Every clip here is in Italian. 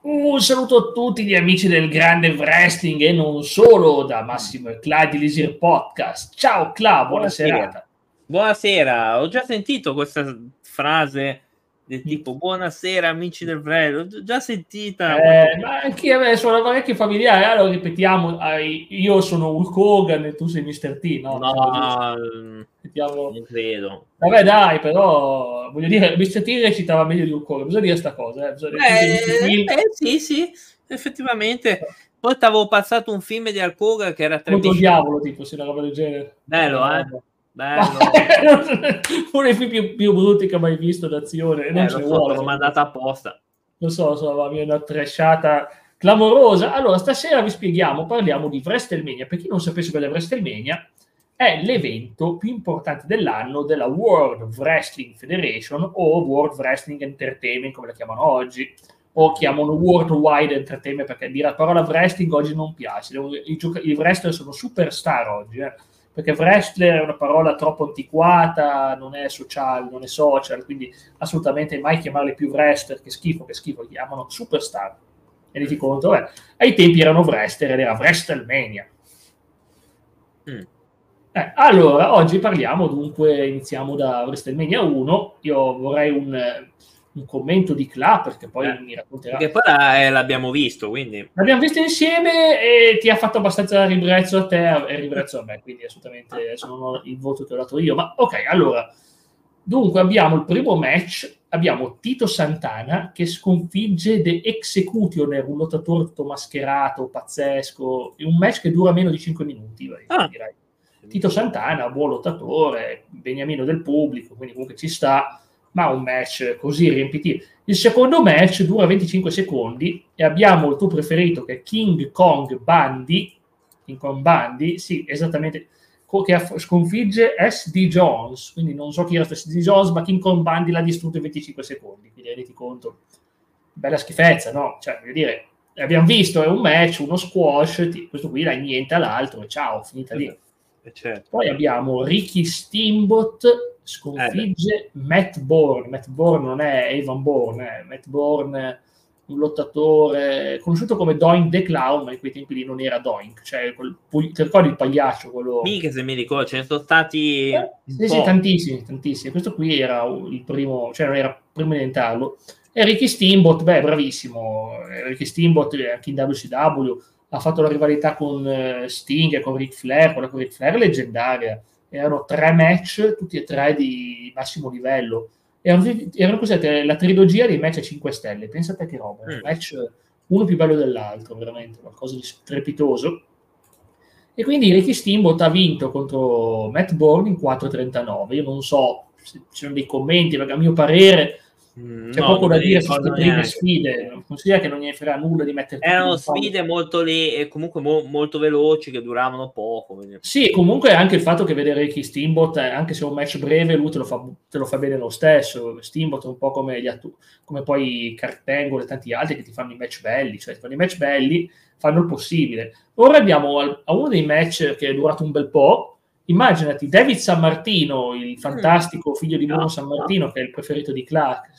Un saluto a tutti gli amici del grande wrestling e non solo da Massimo e Cla di Lisir Podcast. Ciao Cla, buona serata. Buonasera, ho già sentito questa frase del tipo buonasera amici del wrestling, l'ho già sentita. Ma anche a me sono parecchio familiare, allora ripetiamo, io sono Hulk Hogan e tu sei Mr. T, no? Non credo. Vabbè dai, però voglio dire, Mr. T recitava meglio di Hulk Hogan, bisogna dire sta cosa. Sì, effettivamente. Poi ti avevo passato un film di Hulk Hogan che era contro il diavolo, tipo, se una roba del genere. Bello. Bello. Uno dei film più brutti che ho mai visto d'azione. Non ce ne vuole. L'ho mandata apposta. Lo so, va via una trashata clamorosa. Allora, stasera vi spieghiamo, parliamo di WrestleMania. Per chi non sapesse cosa è WrestleMania, è l'evento più importante dell'anno della World Wrestling Federation o World Wrestling Entertainment, come la chiamano oggi, o chiamano Worldwide Entertainment, perché dire la parola wrestling oggi non piace. I wrestler sono superstar oggi, perché wrestler è una parola troppo antiquata, non è social, quindi assolutamente mai chiamarli più wrestler, che schifo, li chiamano superstar. E ti conto, ai tempi erano wrestler ed era WrestleMania. Allora, oggi parliamo, dunque, iniziamo da WrestleMania 1. Io vorrei un commento di Cla, perché poi mi racconterà. Perché poi l'abbiamo visto, quindi. L'abbiamo visto insieme e ti ha fatto abbastanza ribrezzo a te e ribrezzo a me, quindi assolutamente adesso non ho il voto che ho dato io. Ma ok, allora, dunque abbiamo il primo match, abbiamo Tito Santana che sconfigge The Executioner, un lottatore tutto mascherato, pazzesco, un match che dura meno di 5 minuti, direi. Tito Santana, buon lottatore, beniamino del pubblico, quindi comunque ci sta, ma un match così riempitivo. Il secondo match dura 25 secondi e abbiamo il tuo preferito che è King Kong Bundy, sì, esattamente, che sconfigge SD Jones, quindi non so chi era SD Jones, ma King Kong Bundy l'ha distrutto in 25 secondi, quindi renditi conto, bella schifezza, no? Cioè, voglio dire, abbiamo visto, è un match, uno squash, questo qui dai niente all'altro e ciao, finita lì. Certo. Poi abbiamo Ricky Steamboat sconfigge Matt Bourne. Matt Bourne non è Evan Bourne, Matt Bourne, un lottatore conosciuto come Doink the Clown, ma in quei tempi lì non era Doink, cioè ti ricordi il pagliaccio? Quello... Mica se mi ricordo, ce ne sono stati sì, tantissimi. Questo qui era il primo, cioè non era primo di diventarlo. E Ricky Steamboat, Bravissimo. Ricky Steamboat anche in WCW ha fatto la rivalità con Sting e con Ric Flair, quella con Ric Flair è leggendaria. Erano 3 match, tutti e 3 di massimo livello. Erano cos'è, la trilogia dei match a 5 stelle. Pensate che roba, un match uno più bello dell'altro, veramente qualcosa di strepitoso. E quindi Ricky Steamboat ha vinto contro Matt Bourne in 4:39. Io non so se ci sono dei commenti, perché a mio parere c'è poco da dire su queste prime sfide. Considera che non ne frega nulla di mettere. Erano sfide molto e comunque molto veloci che duravano poco. Quindi. Sì, comunque anche il fatto che vedere Ricky Steamboat, anche se è un match breve, lui te lo fa bene lo stesso. Steamboat è un po' come come poi Kurt Angle e tanti altri che ti fanno i match belli, cioè ti fanno i match belli, fanno il possibile. Ora andiamo a uno dei match che è durato un bel po'. Immaginati David Sammartino, il fantastico figlio di Bruno Sammartino, che è il preferito di Clark.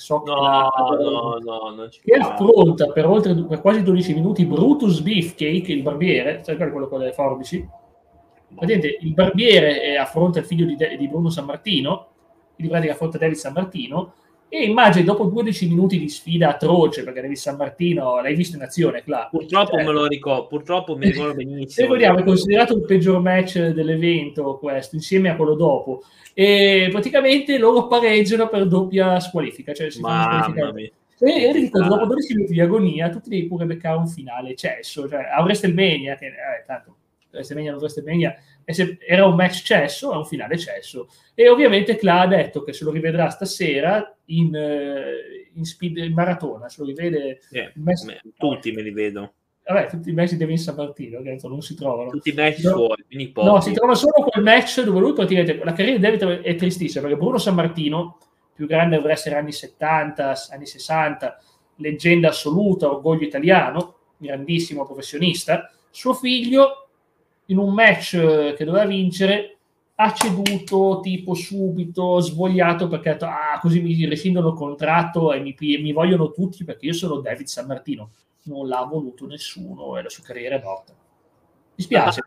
Che affronta per quasi 12 minuti Brutus Beefcake, il barbiere, sai quello con le forbici? Vedete, il barbiere affronta il figlio di Bruno Sammartino, in pratica affronta David Sammartino, e immagini dopo 12 minuti di sfida atroce, perché David Sammartino l'hai visto in azione, Clark. Purtroppo mi ricordo benissimo. Ricordiamo, è considerato il peggior match dell'evento questo, insieme a quello dopo. E praticamente loro pareggiano per doppia squalifica, cioè si fanno squalificare. E dico, dopo 12 minuti di agonia, tu ti devi pure beccare un finale cesso, cioè a WrestleMania, che tanto WrestleMania era un match cesso, è un finale cesso. E ovviamente Cla ha detto che se lo rivedrà stasera in speed in maratona, se lo rivede tutti me li vedo. Vabbè, tutti i match di David Sammartino che non si trovano. Tutti i match suoi, quindi pochi. No, si trova solo quel match dove lui praticamente la carriera di David è tristissima, perché Bruno Sammartino, più grande wrestler anni 70, anni 60, leggenda assoluta, orgoglio italiano, grandissimo professionista, suo figlio in un match che doveva vincere ha ceduto tipo subito, svogliato, perché ha detto così mi rescindono il contratto e mi vogliono tutti perché io sono David San Martino. Non l'ha voluto nessuno e la sua carriera è morta. Mi spiace.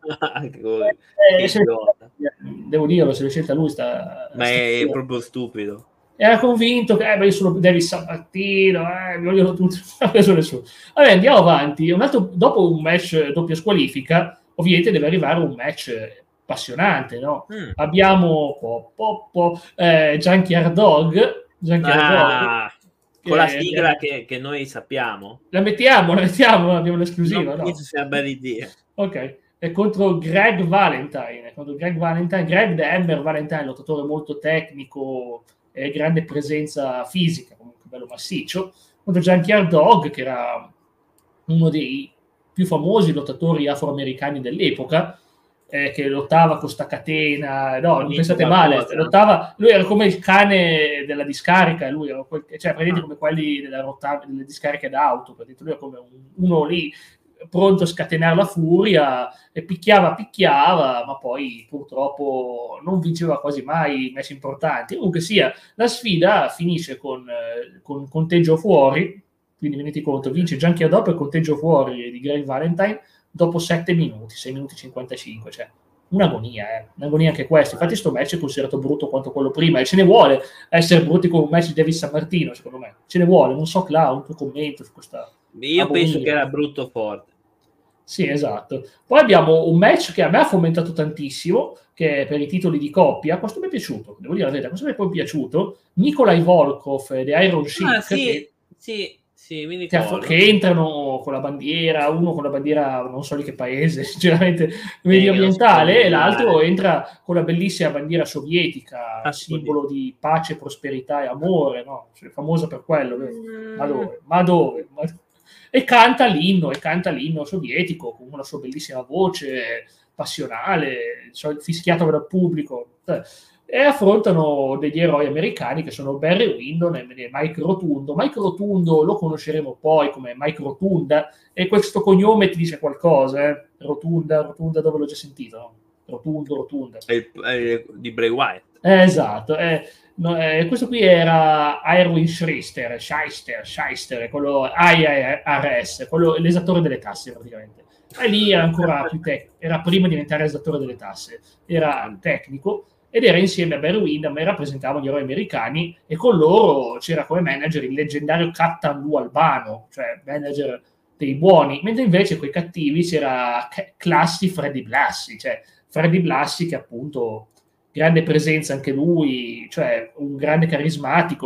Devo dirlo, se l'è scelta lui ma è proprio stupido. Era convinto che io sono David San Martino, mi vogliono tutti, non ha preso nessuno. Vabbè, andiamo avanti. Dopo un match doppia squalifica, ovviamente deve arrivare un match appassionante, no? Abbiamo Junkyard Dog, con la sigla che noi sappiamo. La mettiamo, abbiamo l'esclusiva, no? Penso sia una bella idea. Ok, è contro Greg Valentine. Greg the Hammer Valentine, lottatore molto tecnico e grande presenza fisica, comunque bello massiccio, contro Junkyard Dog, che era uno dei più famosi lottatori afroamericani dell'epoca, che lottava con sta catena, no, non pensate male, lottava, lui era come il cane della discarica, lui era praticamente come quelli delle discariche d'auto, lui era come uno lì pronto a scatenare la furia, e picchiava, ma poi purtroppo non vinceva quasi mai match importanti. Comunque sia, la sfida finisce con conteggio fuori, quindi venite conto, vince Junkyard Dog per conteggio fuori di Greg Valentine dopo 7 minuti, 6 minuti 55, cioè un'agonia anche questo. Infatti sto match è considerato brutto quanto quello prima, e ce ne vuole essere brutti con un match di David San Martino, secondo me, ce ne vuole. Non so, Clau, un tuo commento su questa io penso che era brutto forte. Sì, esatto. Poi abbiamo un match che a me ha fomentato tantissimo, che è per i titoli di coppia. Questo mi è piaciuto, devo dire la verità, questo mi è poi piaciuto. Nikolai Volkov e The Iron Sheik, che entrano con la bandiera, uno con la bandiera non so di che paese, sinceramente medio orientale, e l'altro entra con la bellissima bandiera sovietica, simbolo di pace, prosperità e amore, no? Cioè, famosa per quello. Ma dove? E canta l'inno sovietico con una sua bellissima voce passionale, fischiato dal pubblico, e affrontano degli eroi americani che sono Barry Windham e Mike Rotundo. Mike Rotundo lo conosceremo poi come Mike Rotunda, e questo cognome ti dice qualcosa, Rotunda dove l'ho già sentito, no? Rotunda di Bray Wyatt, esatto. Questo qui era Irwin Shyster, quello IRS, quello l'esattore delle tasse praticamente. E lì era ancora più era prima di diventare esattore delle tasse, era tecnico ed era insieme a Barry Windham e rappresentava gli eroi americani, e con loro c'era come manager il leggendario Captain Lou Albano, cioè manager dei buoni, mentre invece quei cattivi c'era Classi Freddy Blassie, cioè Freddy Blassie che appunto grande presenza anche lui, cioè un grande carismatico,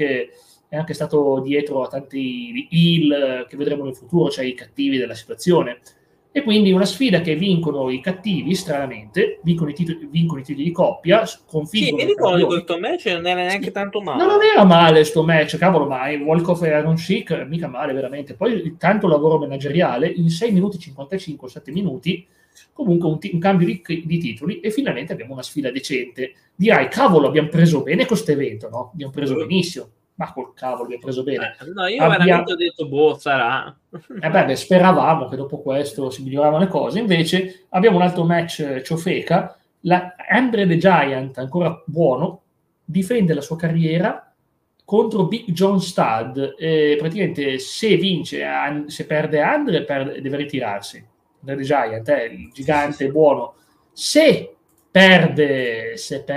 è anche stato dietro a tanti heel che vedremo nel futuro, cioè i cattivi della situazione. E quindi una sfida che vincono i cattivi, stranamente, vincono i titoli di coppia, sconfiggono. Sì, mi ricordo di questo match, non era neanche tanto male. No, non era male sto match, cavolo, ma Volkov e Iron Sheik, mica male veramente. Poi tanto lavoro manageriale, in 6 minuti 55, 7 minuti, comunque un cambio di titoli, e finalmente abbiamo una sfida decente. Dirai, cavolo, abbiamo preso bene questo evento, no? Abbiamo preso benissimo. Ma col cavolo, abbiamo preso bene. No, io veramente ho detto, sarà. Speravamo che dopo questo si miglioravano le cose. Invece abbiamo un altro match ciofeca. Andre the Giant, ancora buono, difende la sua carriera contro Big John Studd. Praticamente se vince, se perde Andre, deve ritirarsi. Andre the Giant è il gigante buono. Se perde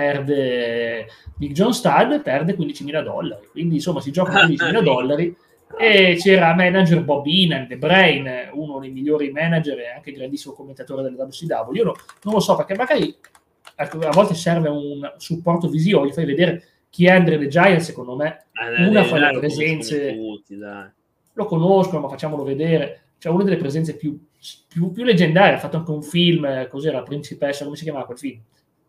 Big John Studd, perde $15,000, quindi insomma si gioca $15,000. E c'era manager Bob Heenan, The Brain, uno dei migliori manager e anche grandissimo commentatore della WCW. Io non lo so, perché magari a volte serve un supporto visivo, gli fai vedere chi è Andre the Giant. Secondo me una fra le presenze lo conoscono, ma facciamolo vedere, cioè una delle presenze più leggendarie. Ha fatto anche un film, cos'era, La Principessa, come si chiamava quel film?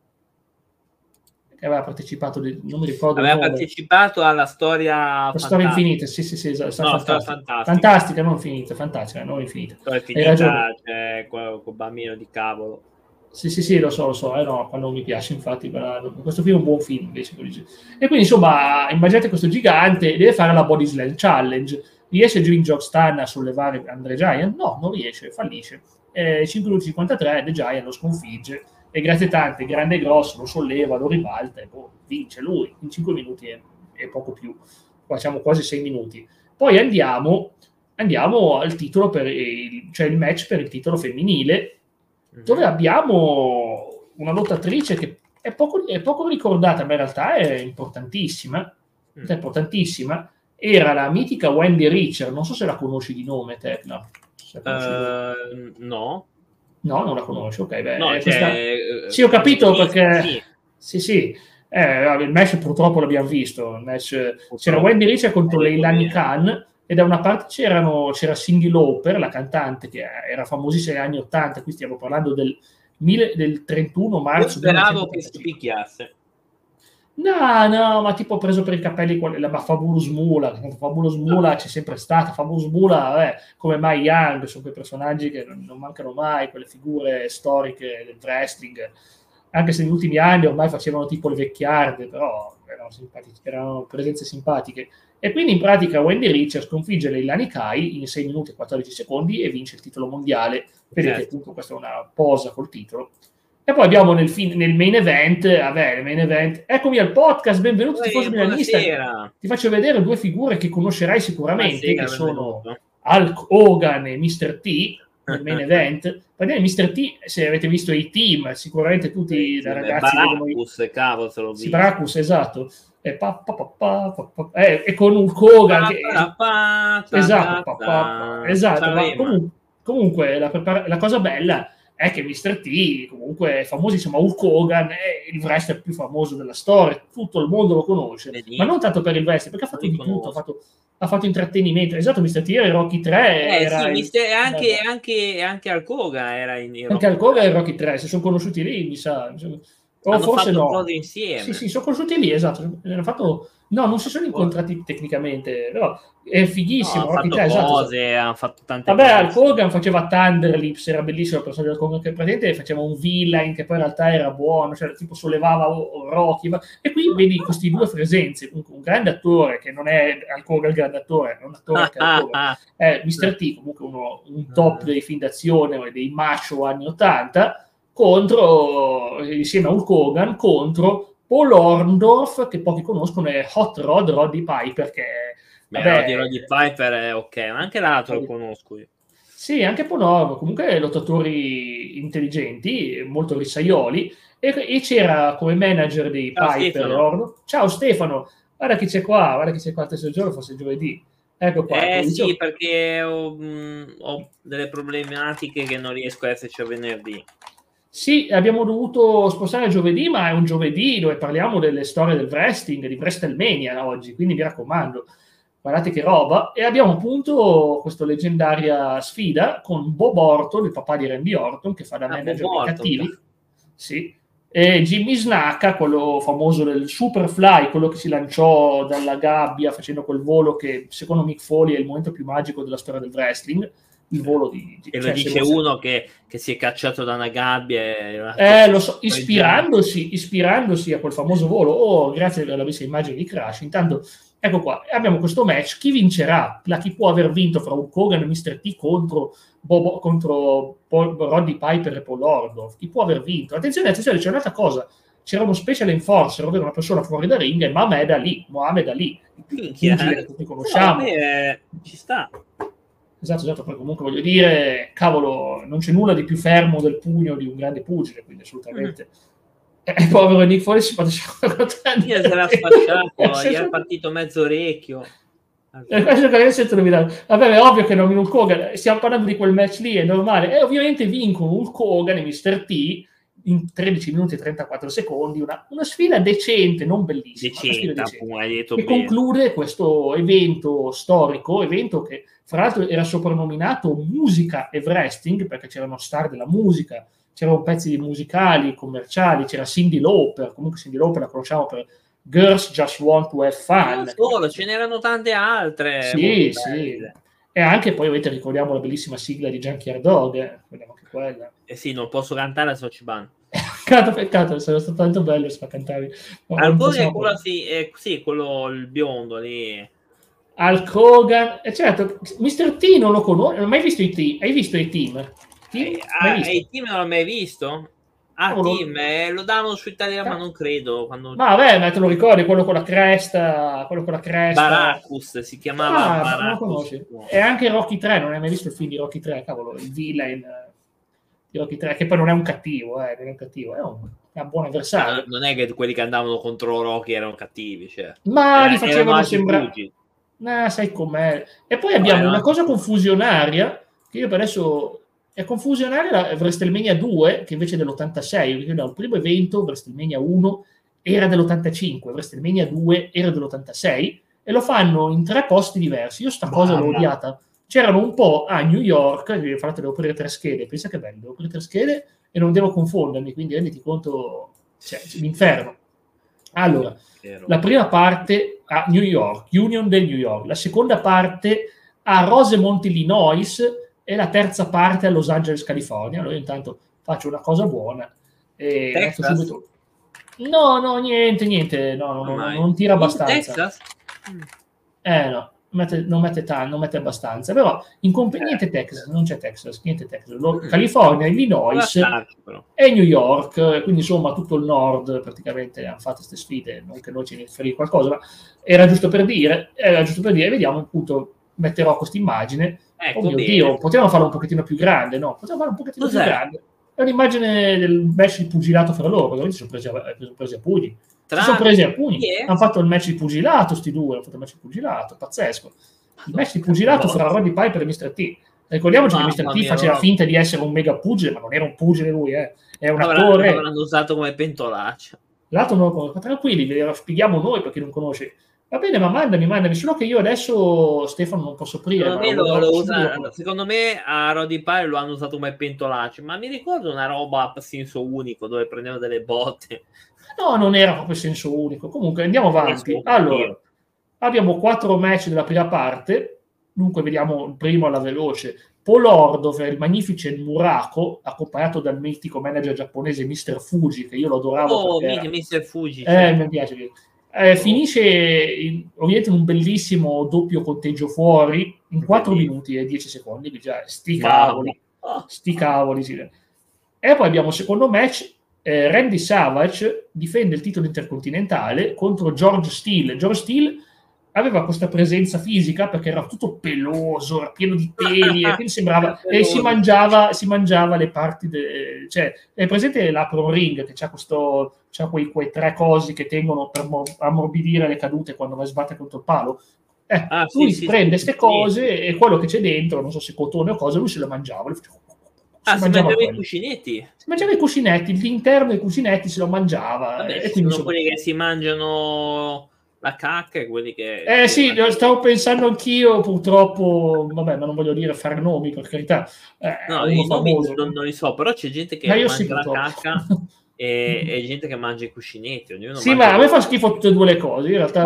Che aveva partecipato, non mi ricordo. Aveva partecipato alla storia infinita, sì, esatto. Fantastica, non finita, fantastica, non infinita. Hai ragione. C'è quel bambino di cavolo. Sì, lo so, no, quando mi piace, infatti, questo film è un buon film, invece. E quindi, insomma, immaginate questo gigante, deve fare la Body Slam Challenge. Riesce Jim Jockstan a sollevare Andre Giant? No, non riesce, fallisce. 5 minuti 53, The Giant lo sconfigge e grazie tante, grande e grosso, lo solleva, lo ribalta e vince lui in 5 minuti e poco più, facciamo quasi 6 minuti. Poi andiamo al titolo cioè il match per il titolo femminile, dove abbiamo una lottatrice che è poco ricordata, ma in realtà è importantissima. Era la mitica Wendy Richter, non so se la conosci di nome, Tecla. No, non la conosci, ok. Beh, no, sì, ho capito perché sì. Il match purtroppo l'abbiamo visto. C'era Wendy Richter contro Leilani Khan e da una parte c'era Cyndi Lauper, la cantante che era famosissima negli anni 80, qui stiamo parlando del 31 marzo. Io speravo che si picchiasse. No, ma tipo preso per i capelli la Fabulous Moolah c'è sempre stata. Fabulous Moolah, come Mae Young, sono quei personaggi che non mancano mai, quelle figure storiche del wrestling, anche se negli ultimi anni ormai facevano tipo le vecchiarde, però erano presenze simpatiche. E quindi in pratica Wendy Richter sconfigge Leilani Kai in 6 minuti e 14 secondi e vince il titolo mondiale. Vedete, appunto, questa è una posa col titolo. E poi abbiamo nel main event, eccomi al podcast, benvenuto tifoso milanista. Ti faccio vedere 2 figure che conoscerai sicuramente, che sono Hulk Hogan e Mr. T nel main event. Parliamo di Mr. T, se avete visto i team, sicuramente tutti da ragazzi Baracus, cavolo, se l'ho visto. Baracus, esatto. E con Hulk Hogan esatto, ma comunque la cosa bella è che Mr. T comunque è famosissimo, Hulk Hogan è il wrestler più famoso della storia, tutto il mondo lo conosce, ma non tanto per il wrestling, perché ha fatto di tutto, ha fatto intrattenenimento. Esatto, Mr. T era Rocky 3, anche Hulk Hogan era in anche Hulk Hogan era Rocky 3, si sono conosciuti lì, mi sa. O forse no. Cose insieme. Sì, sono conosciuti lì, esatto. Non si sono incontrati tecnicamente, però è fighissimo. Hanno fatto cose, hanno fatto tante cose. Hulk Hogan faceva Thunderlips, era bellissimo il personaggio del Hogan, che praticamente faceva un villain che poi in realtà era buono, cioè tipo sollevava Rocky. E qui vedi questi 2 presenze, un grande attore che non è Hulk Hogan il grande attore, è un attore che è Mr. T, comunque un top dei film d'azione o dei macho anni 80, insieme a Hulk Hogan, contro Paul Orndorff, che pochi conoscono, è Hot Rod Roddy Piper, che Roddy Piper è ok, ma anche l'altro lo conosco io. Sì, anche Paul Orndorff, comunque lottatori intelligenti, molto rissaioli, e c'era come manager dei Piper Orndorff. Ciao Stefano, guarda chi c'è qua il stesso giorno, forse giovedì. Ecco qua. Sì, perché ho delle problematiche che non riesco a esserci a venerdì. Sì, abbiamo dovuto spostare a giovedì, ma è un giovedì dove parliamo delle storie del wrestling, di WrestleMania oggi, quindi mi raccomando, guardate che roba. E abbiamo appunto questa leggendaria sfida con Bob Orton, il papà di Randy Orton, che fa da manager dei cattivi. Sì. E Jimmy Snaka, quello famoso del Superfly, quello che si lanciò dalla gabbia facendo quel volo che secondo Mick Foley è il momento più magico della storia del wrestling. Il volo e lo dice uno che si è cacciato da una gabbia lo so, ispirandosi a quel famoso volo. Grazie per la messa immagine di Crash. Intanto ecco qua, abbiamo questo match. Chi vincerà? Chi può aver vinto fra Hulk Hogan e Mr. T contro Roddy Piper e Paul Orndorff? Chi può aver vinto? Attenzione, c'è un'altra cosa. C'era uno special enforcer, ovvero una persona fuori da ring, e Mohamed Ali, che tutti conosciamo. Ci sta. Esatto, poi comunque voglio dire, cavolo, non c'è nulla di più fermo del pugno di un grande pugile, quindi assolutamente. Povero Nick Foley si fa se l'ha spacciato, gli è partito mezzo orecchio. Vabbè, è ovvio che non in Hulk Hogan, stiamo parlando di quel match lì, è normale, e ovviamente vincono Hulk Hogan e Mr. T in 13 minuti e 34 secondi, una sfida decente, non bellissima, che conclude questo evento storico, che fra l'altro era soprannominato musica e wrestling, perché c'erano star della musica, c'erano pezzi di musicali, commerciali, c'era Cyndi Lauper, comunque Cyndi Lauper la conosciamo per Girls Just Want to Have Fun. Solo, ce n'erano tante altre. Sì. E anche poi avete ricordiamo la bellissima sigla di Junkyard Dog, vediamo anche quella. Sì, non posso cantare, so ci ban. Peccato, sarebbe stato tanto bello se la cantavi. Quello il biondo lì. Hulk Hogan, certo, Mr. T non lo conosco, non ho mai visto i team. Hai visto i team? I team non l'ho mai visto? Team, lo davano su Italia, ma non credo. Ma vabbè, ma te lo ricordi, quello con la cresta? Baracus, si chiamava Baracus. Non lo conosci. E anche Rocky 3, non hai mai visto il film di Rocky 3? Cavolo, il villain di Rocky 3, che poi non è un cattivo, non è un cattivo, è un buon avversario. Non è che quelli che andavano contro Rocky erano cattivi, cioè. Ma li facevano sembrare... sai com'è. E poi abbiamo una cosa confusionaria, che io per adesso... È confusionaria la WrestleMania 2, che invece è dell'86, perché il primo evento, WrestleMania 1, era dell'85, WrestleMania 2 era dell'86, e lo fanno in 3 posti diversi. Io sta cosa l'ho odiata. C'erano un po' a New York, infatti devo aprire 3 schede, pensa che bello, devo aprire 3 schede e non devo confondermi, quindi renditi conto, cioè, l'inferno. Allora, la prima parte a New York, Union del New York, la seconda parte a Rosemont, Illinois, e la terza parte a Los Angeles, California. Allora intanto faccio una cosa buona e metto subito... No, niente, non tira abbastanza. Texas? No, non mette abbastanza, però niente Texas, non c'è Texas, niente Texas. California, Illinois e New York, quindi insomma tutto il nord praticamente hanno fatto queste sfide, non che noi ci ne frega qualcosa, ma era giusto per dire, vediamo appunto, metterò questa immagine. Oh mio Dio, potevano farlo un pochettino più grande, no? Potevano farlo un pochettino più grande. È un'immagine del match di pugilato fra loro, perché si sono presi a pugni. Hanno fatto il match di pugilato, sti due, hanno fatto il match di pugilato, pazzesco. Il match di pugilato fra Roddy Piper e Mr. T. Ricordiamoci che Mr. T faceva finta di essere un mega pugile, ma non era un pugile lui, è un attore. L'avranno usato come pentolaccio. Tranquilli, ve lo spieghiamo noi per chi non conosce. Va bene, ma mandami, solo che io adesso, Stefano, non posso aprire. Secondo me a Roddy Piper lo hanno usato come pentolaccio, ma mi ricordo una roba a senso unico dove prendevano delle botte. No, non era proprio senso unico. Comunque andiamo avanti. Allora, abbiamo 4 match della prima parte, dunque vediamo il primo alla veloce. Paul Orndorff, il Magnificent Muraco, accompagnato dal mitico manager giapponese Mr. Fuji, che io lo adoravo. Mr. Fuji. Mi piace. Finisce ovviamente in un bellissimo doppio conteggio fuori in 4 minuti e 10 secondi, sti cavoli sì. E poi abbiamo il secondo match, Randy Savage difende il titolo intercontinentale contro George Steele. George Steele aveva questa presenza fisica perché era tutto peloso, era pieno di peli e sembrava e si mangiava le parti cioè è presente l'Apron Ring che c'ha quei 3 cosi che tengono per ammorbidire le cadute quando vai a sbattere contro il palo. Lui prende queste cose e quello che c'è dentro, non so se cotone o cosa, lui se lo mangiava. Si mangiava i cuscinetti. Si mangiava i cuscinetti, l'interno dei cuscinetti se lo mangiava. Vabbè, e quindi sono quelli che si mangiano la cacca e quelli che... sì, stavo pensando anch'io, purtroppo, vabbè, ma non voglio dire fare nomi, per carità. No, i nomi non li so, però c'è gente che mangia la cacca e gente che mangia i cuscinetti. Ma a me fa schifo tutte e due le cose, in realtà.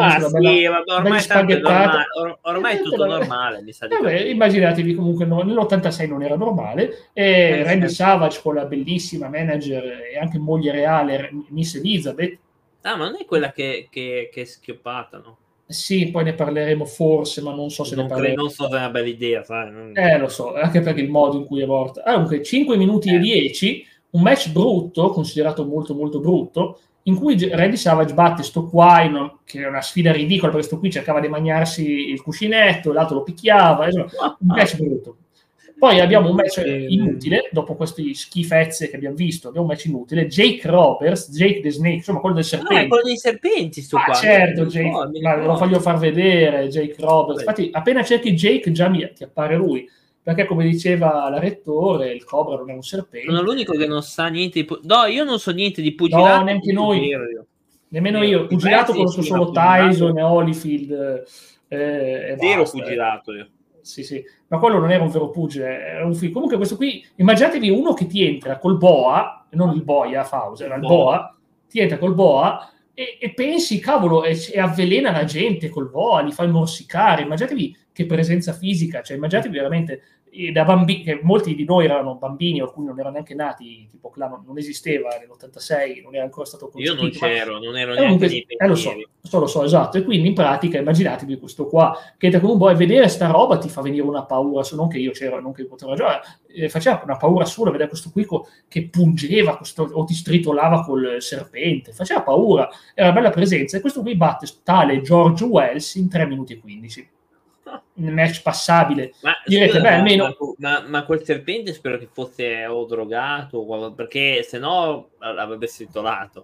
Ormai è tutto normale, mi sa di immaginatevi, comunque nell'86 non era normale, e Randy Savage con la bellissima manager e anche moglie reale, Miss Elizabeth. Ma non è quella che è schioppata, no? Sì, poi ne parleremo forse, ma non so se ne parleremo. Non so se è una bella idea, sai? Lo so, anche perché il modo in cui è morta. Comunque, 5 minuti e 10, un match brutto, considerato molto molto brutto, in cui Randy Savage batte sto qua, che è una sfida ridicola, perché sto qui cercava di mangiarsi il cuscinetto, l'altro lo picchiava, insomma, un match brutto. Poi abbiamo un match inutile, dopo queste schifezze che abbiamo visto, abbiamo un match inutile, Jake Roberts, Jake the Snake, insomma quello del serpente. È quello dei serpenti sto qua. Certo, Jake, lo voglio far vedere, Jake Roberts. Infatti appena cerchi Jake già ti appare lui, perché come diceva la rettore, il cobra non è un serpente. Sono l'unico che non sa niente di no, io non so niente di pugilato. No, neanche noi. Nemmeno io. Pugilato conosco solo Tyson e Holyfield. Vero pugilato io. Sì, ma quello non era un vero pugile, era un film. Comunque questo qui, immaginatevi uno che ti entra col boa, non il boia Fauser, era il boa, ti entra col boa e pensi, cavolo, e avvelena la gente col boa, li fa morsicare. Immaginatevi che presenza fisica, cioè immaginatevi veramente da bambini, che molti di noi erano bambini, alcuni non erano neanche nati, tipo Clan non esisteva nell'86, non era ancora stato concepito. Io non c'ero, non ero neanche nei pensieri. Lo so, esatto, e quindi in pratica immaginatevi questo qua che entra come un boh, e vedere sta roba ti fa venire una paura, non che io c'ero, non che io potevo ragionare, faceva una paura sola vedere questo qui che pungeva o ti stritolava col serpente, faceva paura, era una bella presenza, e questo qui batte tale George Wells in 3 minuti e 15. Un match passabile. Direte, beh, almeno ma quel serpente spero che fosse o drogato, perché se no l'avrebbe stritolato.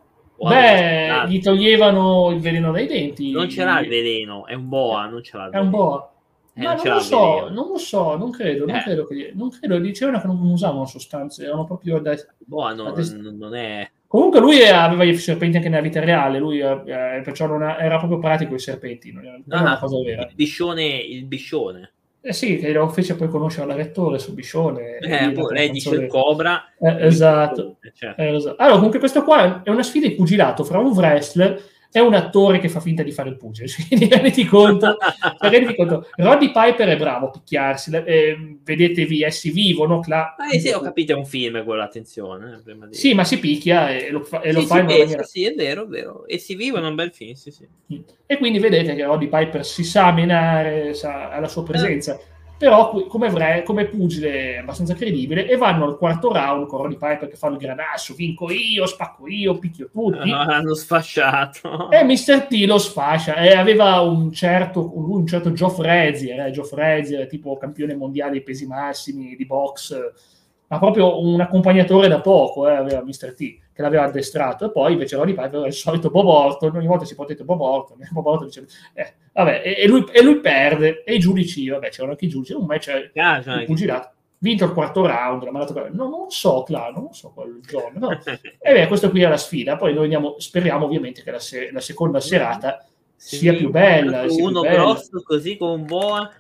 Beh, gli toglievano il veleno dai denti. Non ce l'ha il veleno, è un boa, non ce l'ha il veleno. È un boa. Ma non lo so, non credo, dicevano che non usavano sostanze, erano proprio boa non è. Comunque lui aveva i serpenti anche nella vita reale, lui perciò era proprio pratico i serpenti, non era una cosa vera. Il biscione. Sì, che lo fece poi conoscere alla rettore su Biscione. Lei dice il cobra. Esatto. Allora, comunque questo qua è una sfida di pugilato fra un wrestler e un attore che fa finta di fare il pugile. Quindi renditi conto. Roddy Piper è bravo a picchiarsi. Vedetevi Essi Vivo, no? Sì, ho capito, è un film quello, attenzione. Sì, ma si picchia e lo fa in una maniera. Sì, è vero. Essi Vivo è un bel film, sì. E quindi vedete che Roddy Piper si sa menare, ha la sua presenza. Però come pugile è abbastanza credibile, e vanno al quarto round con Roddy Piper che fa il granasso, vinco io, spacco io, picchio tutti. Hanno sfasciato. E Mr. T lo sfascia, e aveva un certo Joe Frazier, tipo campione mondiale dei pesi massimi di box, ma proprio un accompagnatore da poco, aveva Mr. T, che l'aveva addestrato. E poi invece Roddy Piper era il solito Bob Orton, ogni volta si potete Bob Orton dice, vabbè, e lui perde, e i giudici, vabbè, c'erano anche i giudici, un match di pugilato, vinto il quarto round, non so quel giorno, no. E beh, questo qui è la sfida, poi noi speriamo ovviamente che la seconda serata sia più bella. Uno grosso così con un boa.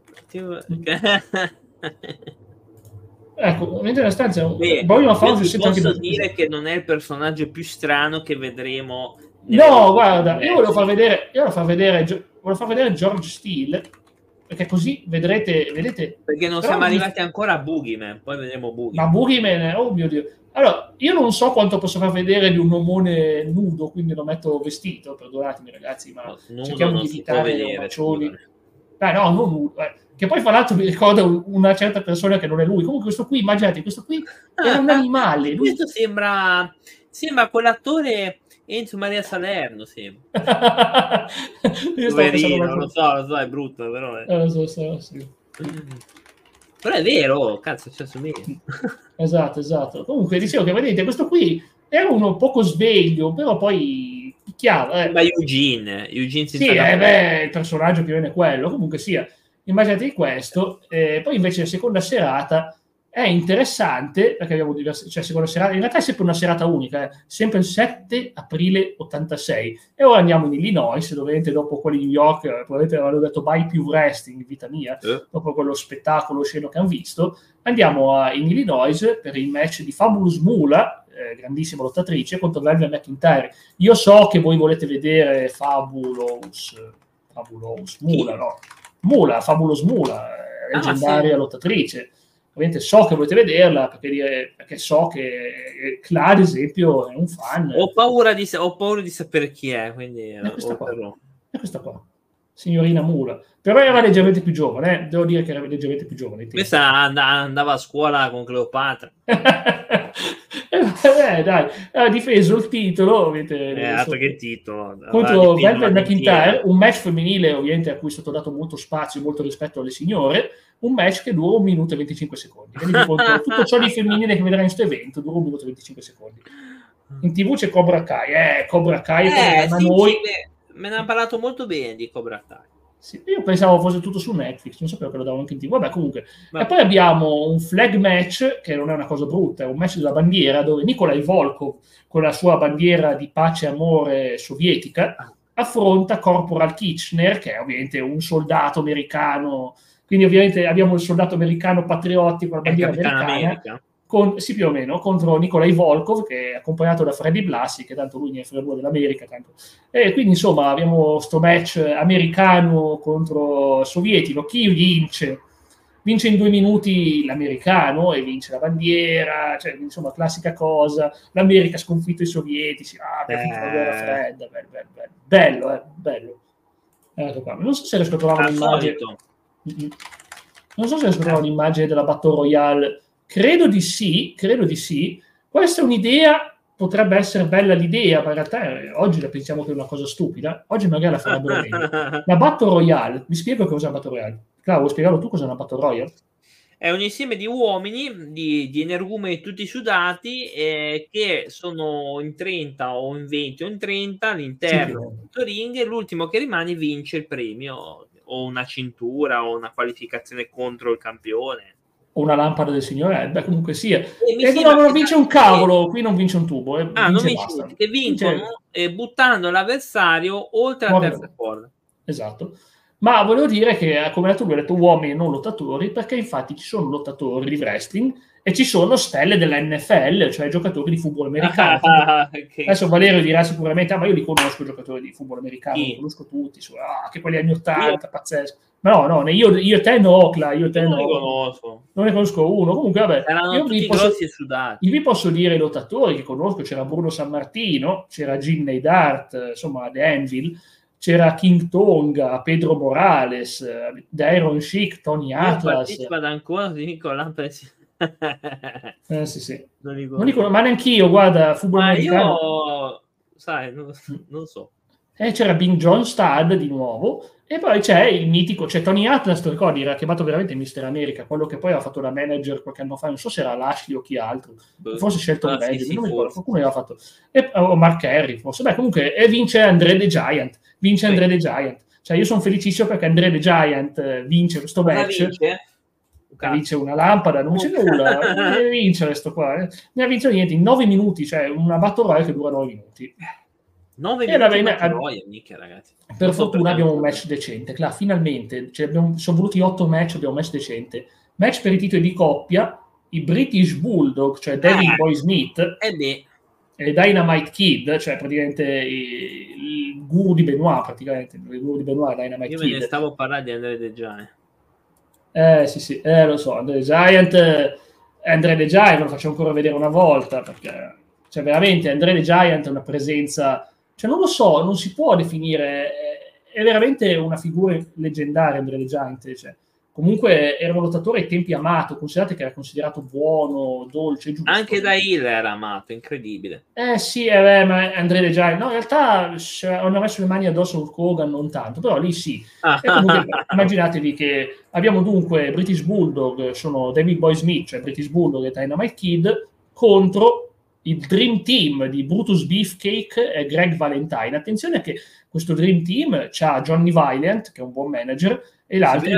Ecco, nella stanza posso dire che non è il personaggio più strano che vedremo. No, guarda, io volevo far vedere George Steele, perché così vedete. Perché non siamo arrivati ancora a Boogeyman, poi vedremo Boogeyman. Ma Boogeyman, oh mio Dio. Allora, io non so quanto posso far vedere di un omone nudo, quindi lo metto vestito, perdonatemi ragazzi, ma cerchiamo di evitare bacioni. No, non nudo, che poi fra l'altro mi ricorda una certa persona che non è lui. Comunque questo qui, immaginate, questo qui era un animale. Questo sembra quell'attore Enzo Maria Salerno, sembra. Poverino, lo so, è brutto, però. Lo so, sì. Però è vero, cazzo, ci assomiglia. Esatto. Comunque dicevo che vedete, questo qui era uno poco sveglio, però poi picchiava. Ma Eugene sì, il personaggio più o meno è quello. Comunque sia, immaginate questo, poi invece la seconda serata è interessante, perché abbiamo seconda serata, in realtà è sempre una serata unica, sempre il 7 aprile 86, e ora andiamo in Illinois, dove dopo quelli di New York, probabilmente avevano detto mai più wrestling in vita mia, dopo quello spettacolo sceno che hanno visto, andiamo in Illinois per il match di Fabulous Moolah, grandissima lottatrice, contro Velvet McIntyre. Io so che voi volete vedere Fabulous Moolah, no? Fabulous Moolah, leggendaria lottatrice. Ovviamente so che volete vederla, perché so che Cla, ad esempio, è un fan. Ho paura di sapere chi è, quindi è questa qua, signorina Moolah. Però era leggermente più giovane, devo dire che era leggermente più giovane. Questa andava a scuola con Cleopatra. Dai, ha difeso il titolo, che titolo, contro Velvet McIntyre, un match femminile ovviamente a cui è stato dato molto spazio, molto rispetto alle signore, un match che dura 1 minuto e 25 secondi. Tutto ciò di femminile che vedrai in questo evento dura 1 minuto e 25 secondi. In TV c'è Cobra Kai, ma sì, noi... me ne ha parlato molto bene di Cobra Kai. Sì, io pensavo fosse tutto su Netflix, non sapevo che lo davano anche in TV. Vabbè, comunque. E poi abbiamo un flag match, che non è una cosa brutta, è un match della bandiera, dove Nikolai Volkov, con la sua bandiera di pace e amore sovietica, affronta Corporal Kitchener, che è ovviamente un soldato americano. Quindi ovviamente abbiamo il soldato americano patriottico, la bandiera americana, sì, più o meno, contro Nikolai Volkov, che è accompagnato da Freddy Blassie, che tanto lui ne è frego dell'America. Tanto. E quindi, insomma, abbiamo sto match americano contro sovietico. Chi vince? Vince in 2 minuti l'americano e vince la bandiera, cioè, insomma, classica cosa. L'America ha sconfitto i sovietici, abbiamo finito la guerra fredda, bello. Ecco qua. Non so se riesco a trovare un'immagine. Non so se riesco a trovare un'immagine della Battle Royale. Credo di sì. Questa è un'idea, potrebbe essere bella l'idea, ma in realtà oggi la pensiamo che è una cosa stupida. Oggi magari la farebbero meglio. La Battle Royale, vi spiego cosa è una Battle Royale. Claro, vuoi spiegarlo tu cosa è una Battle Royale? È un insieme di uomini, di energumeni tutti sudati, che sono in 30 o in 20 o in 30 all'interno del ring, e l'ultimo che rimane vince il premio, o una cintura, o una qualificazione contro il campione. O una lampada del signore, comunque sia. E non vince un cavolo, qui non vince un tubo. Non vince, che vincono buttando l'avversario oltre la terza corda. Esatto. Ma volevo dire che, come tu hai detto, uomini e non lottatori, perché infatti ci sono lottatori di wrestling e ci sono stelle della NFL, cioè giocatori di football americano. Okay. Adesso Valerio dirà sicuramente, ma io li conosco i giocatori di football americano, li conosco tutti, che quelli anni 80, pazzesco. Ma no, io e te no, io te no. Non ne conosco uno. Comunque, vabbè, io grossi e sudati. Io vi posso dire i lottatori che conosco, c'era Bruno Sammartino, c'era Jim Neidhart, insomma, The Anvil, c'era King Tonga, Pedro Morales, Dairon Sheik, Tony Atlas. Ancora Nicola sì. Ma neanch'io, guarda, football americano. Io, sai, non so. C'era Bing John Studd di nuovo, e poi c'è il mitico, c'è Tony Atlas, ti ricordi, era chiamato veramente Mister America, quello che poi aveva fatto da manager qualche anno fa, non so se era Lashley o chi altro, forse Shelton Benjamin, non mi ricordo, qualcuno aveva fatto, o Mark Henry, forse, comunque, e vince André the Giant, cioè io sono felicissimo perché André the Giant vince questo match. Vince una lampada, non c'è nulla, non deve vincere sto qua, non ha vinto niente, in 9 minuti, cioè una Battle Royale che dura 9 minuti. 9 minuti mica, ragazzi. Per fortuna abbiamo un match decente, Clar, finalmente, sono voluti 8 match, abbiamo un match decente. Match per i titoli di coppia, i British Bulldog, cioè Davey Boy Smith e Dynamite Kid, cioè praticamente il guru di Benoit, il guru di Benoit, Dynamite Kid. Io me ne stavo parlando di André the Giant. Sì, lo so, André the Giant lo faccio ancora vedere una volta, perché cioè veramente André the Giant è una presenza, cioè non lo so, non si può definire, è veramente una figura leggendaria André the Giant, cioè, comunque era un lottatore ai tempi amato, considerate che era considerato buono, dolce, giusto. Anche da Hill era amato, incredibile. Sì, ma André the Giant, no, in realtà hanno messo le mani addosso a Hulk Hogan, non tanto, però lì sì. E comunque immaginatevi che abbiamo dunque British Bulldog, sono David Boy Smith, cioè British Bulldog e Dynamite Kid, contro il Dream Team di Brutus Beefcake e Greg Valentine. Attenzione che questo Dream Team c'ha Johnny Violent, che è un buon manager, e l'altro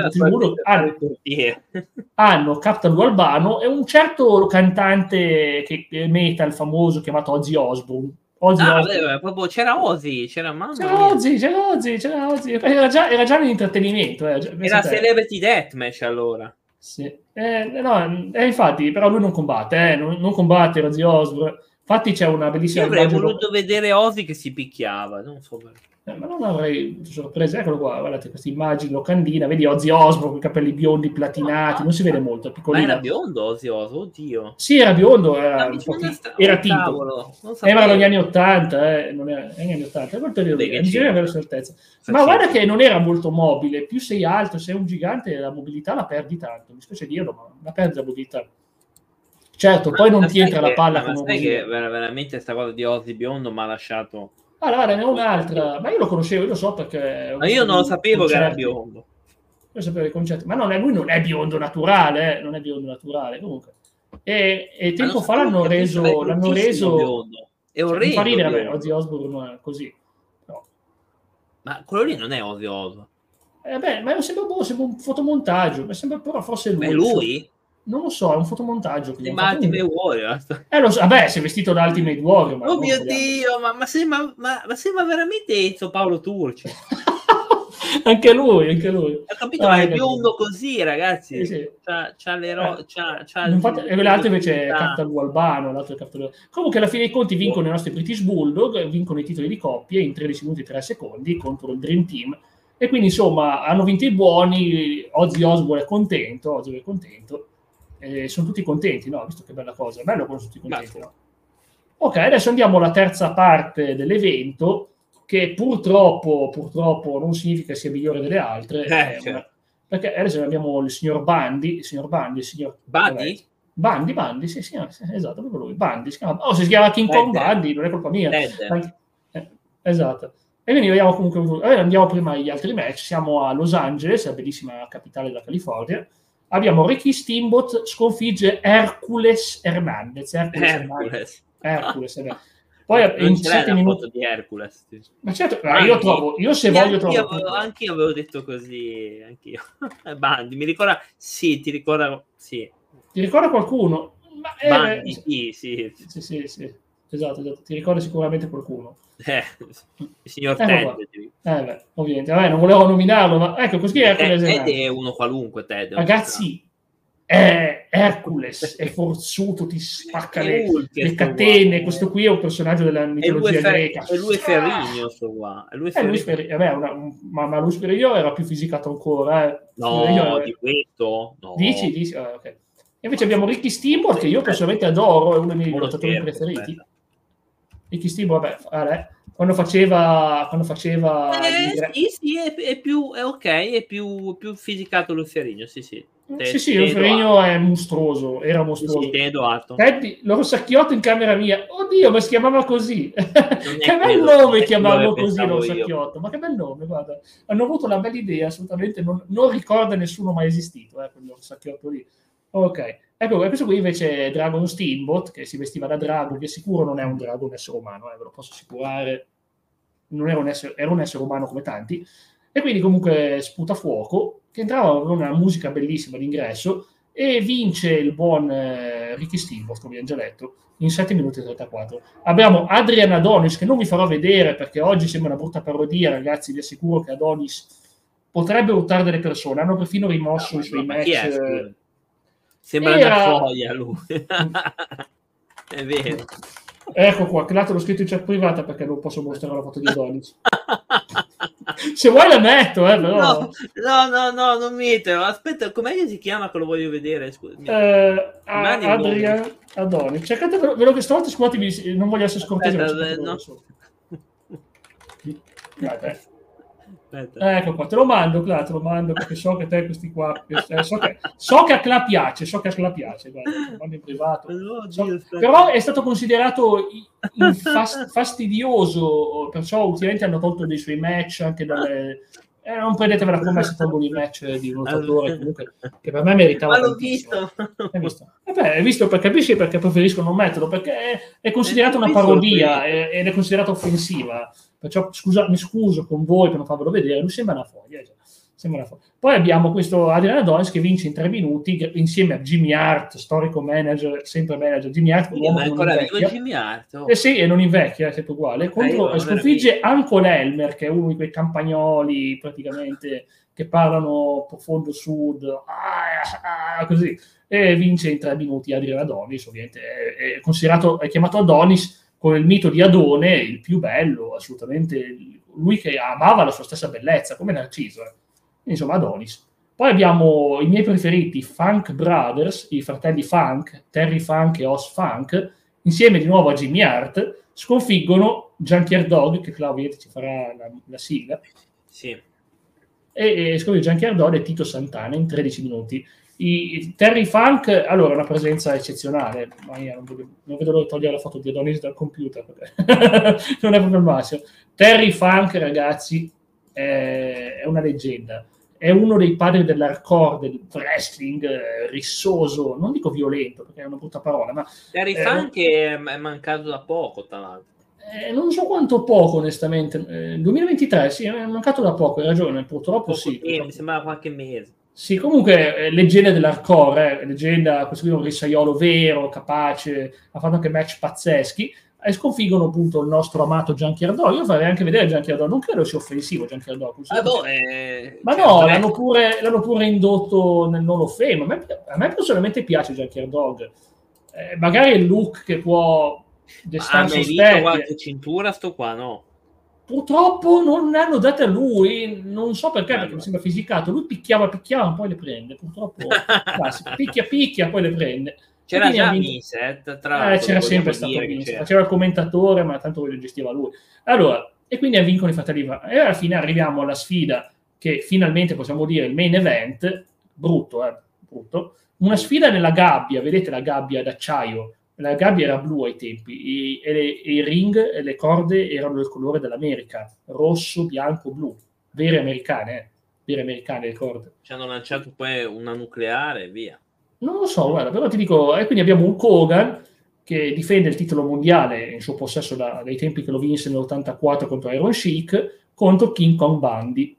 hanno Captain Albano e un certo cantante che è metal famoso chiamato Ozzy Osbourne. Proprio c'era Ozzy, c'era Ozzy. Era già nell'intrattenimento. Era Celebrity Deathmatch allora. Sì. Infatti, però lui non combatte, non combatte Ozzy Osbourne. Infatti c'è una bellissima... Io avrei voluto vedere Ozzy che si picchiava, non so perché. Ma non avrei sorprese, eccolo qua, guardate questa immagine locandina, vedi Ozzy Osbourne con i capelli biondi platinati, non si vede molto, è piccolino. Ma era biondo Ozzy Osbourne, oddio. Sì, era biondo, era tinto. Era dagli anni 80, non era negli anni 80, quel periodo bisogna avere certezza. Ma guarda che non era molto mobile, più sei alto, sei un gigante, la mobilità la perdi tanto, mi spiace dirlo, ma la perdi la mobilità. Certo, poi non ti entra la palla come sai che veramente questa cosa di Ozzy biondo mi ha lasciato... Allora, ne ho un'altra, ma io lo conoscevo, io lo so perché... Ma io non lo sapevo che era biondo. Io sapevo i concetti, ma lui non è biondo naturale, non è biondo naturale, comunque. E tempo fa l'hanno reso... È orrendo. Mi fa ridere, vabbè, Ozzy Osbourne così. No. Ma quello lì non è Ozzy Osbourne. Ma sembra un fotomontaggio, mi sembra però forse lui. È lui? Non lo so, è un fotomontaggio. Sembra Ultimate Warrior. Vabbè, sei vestito da Ultimate Warrior. Oh mio Dio, ma sembra veramente Enzo Paolo Turci. anche lui. Ho capito, ma è biondo così, ragazzi. Sì. C'ha le e l'altro invece è Capital Albano. Comunque, alla fine dei conti vincono i nostri British Bulldog, vincono i titoli di coppie in 13 minuti e 3 secondi contro il Dream Team. E quindi, insomma, hanno vinto i buoni. Ozzy Osbourne è contento. Sono tutti contenti, no? Visto che bella cosa. È bello quando sono tutti contenti, no? Ok, adesso andiamo alla terza parte dell'evento, che purtroppo non significa sia migliore delle altre, perché adesso abbiamo il signor Bundy, il signor Bundy, sì, esatto, proprio lui, Bundy, si chiama King Kong Bundy, non è colpa mia. Esatto. E quindi vediamo comunque, andiamo prima agli altri match, siamo a Los Angeles, la bellissima capitale della California. Abbiamo Ricky Steamboat sconfigge Hercules Hernandez. Poi in 7 minuti di Hercules. Ma certo, io trovo anch'io avevo detto così, anch'io. Bandi, mi ricorda, sì, ti ricorda qualcuno? Bandi, sì. Esatto, ti ricorda sicuramente qualcuno. Il signor Ted. Ovviamente, non volevo nominarlo, ma ecco, così Ted è uno qualunque, Ted. Ragazzi, Hercules è forzuto, ti spacca le catene. Questo qui è un personaggio della mitologia greca. E lui è Ferrigno, ma lui Ferrigno era più fisicato ancora. No, di questo? No. Dici? Ok. E invece abbiamo Ricky Steamboat, che io personalmente adoro, è uno dei miei lottatori preferiti. Ricky Steamboat, quando faceva sì, è più è più fisicato lo Ferrigno, sì. Lo Ferrigno è mostruoso, era mostruoso. Teddy, lo Rossacchiotto in camera mia, oddio, ma si chiamava così. Che bel nome chiamarlo così, lo Rossacchiotto, ma che bel nome, guarda. Hanno avuto una bella idea, assolutamente non ricorda nessuno mai esistito, quel Rossacchiotto lì. Ok, ecco, questo qui invece è Dragon Steamboat, che si vestiva da drago, che sicuro non è un drago, un essere umano, ve lo posso assicurare. Non era un essere umano come tanti. E quindi comunque sputa fuoco, che entrava con una musica bellissima d'ingresso, e vince il buon Ricky Steamboat, come abbiamo già detto, in 7 minuti e 34. Abbiamo Adrian Adonis, che non vi farò vedere perché oggi sembra una brutta parodia, ragazzi, vi assicuro che Adonis potrebbe urtare delle persone, hanno perfino rimosso i suoi match. Sembra una foglia lui. È vero. Ecco qua, che l'altro l'ho scritto in chat privata perché non posso mostrare la foto di Adonis. Se vuoi la metto, però. No, non metterlo. Aspetta, com'è che si chiama che lo voglio vedere? Adrian Adonis. Cercate, ve lo che stavolta, scusatemi, non voglio essere scortese. Ecco qua, te lo mando perché so che te questi qua so che a Cla piace, guarda, lo mando in privato. Però è stato considerato fastidioso, perciò ultimamente hanno tolto dei suoi match anche dalle non prendetevela come se tolgono i match di un lottatore comunque che per me meritava tantissimo. Hai visto perché capisci perché preferisco non metterlo, perché è considerato una parodia ed è considerata offensiva. Perciò mi scuso con voi per non farvelo vedere, lui sembra una foglia. Poi abbiamo questo Adrian Adonis che vince in 3 minuti insieme a Jimmy Hart, storico manager, sempre manager. Jimmy Hart, ma ancora Jimmy Hart. Sì, e non invecchia, è sempre uguale. Sconfigge Uncle Elmer, che è uno di quei campagnoli praticamente che parlano profondo sud, così, e vince in 3 minuti Adrian Adonis. Ovviamente è chiamato Adonis con il mito di Adone, il più bello, assolutamente, lui che amava la sua stessa bellezza, come Narciso. Insomma, Adonis. Poi abbiamo i miei preferiti, Funk Brothers, i fratelli Funk, Terry Funk e Oz Funk, insieme di nuovo a Jimmy Hart, sconfiggono Junkyard Dog, che Claudio ci farà la sigla. Sì. E sconfiggono Junkyard Dog e Tito Santana in 13 minuti. Terry Funk, allora, una presenza eccezionale, ma io non vedo l'ora di togliere la foto di Adonis dal computer perché non è proprio il massimo. Terry Funk, ragazzi, è una leggenda, è uno dei padri dell'hardcore, del wrestling rissoso, non dico violento perché è una brutta parola, ma Terry Funk è mancato da poco, tra l'altro. Non so quanto poco, onestamente. 2023, sì, è mancato da poco, hai ragione, purtroppo sì. Mi sembrava qualche mese. Sì, comunque leggenda dell'hardcore, leggenda, questo qui è un rissaiolo vero, capace, ha fatto anche match pazzeschi. e sconfiggono appunto il nostro amato Junkyard Dog. Io farei anche vedere Junkyard Dog, non credo sia offensivo Junkyard Dog. Ma no, l'hanno pure indotto nel non of Fame. A me personalmente piace Junkyard Dog. Magari è il look che può destare sospetti. Ma hai visto qualche cintura sto qua, no? Purtroppo non ne hanno date a lui, non so perché mi sembra fisicato. Lui picchiava, poi le prende. Purtroppo picchia, poi le prende. C'era già Miset, tra l'altro. C'era sempre stato Miset, faceva il commentatore, ma tanto lo gestiva lui. Allora, e quindi vincono i Fatali. E alla fine arriviamo alla sfida che finalmente possiamo dire il main event, brutto. Una sfida nella gabbia, vedete la gabbia d'acciaio. La gabbia era blu ai tempi, i ring e le corde erano del colore dell'America, rosso, bianco, blu, vere americane le corde. Ci hanno lanciato poi una nucleare e via. Non lo so, guarda, però ti dico, e quindi abbiamo Hulk Hogan che difende il titolo mondiale in suo possesso dai tempi che lo vinse nell'84 contro Iron Sheik, contro King Kong Bundy,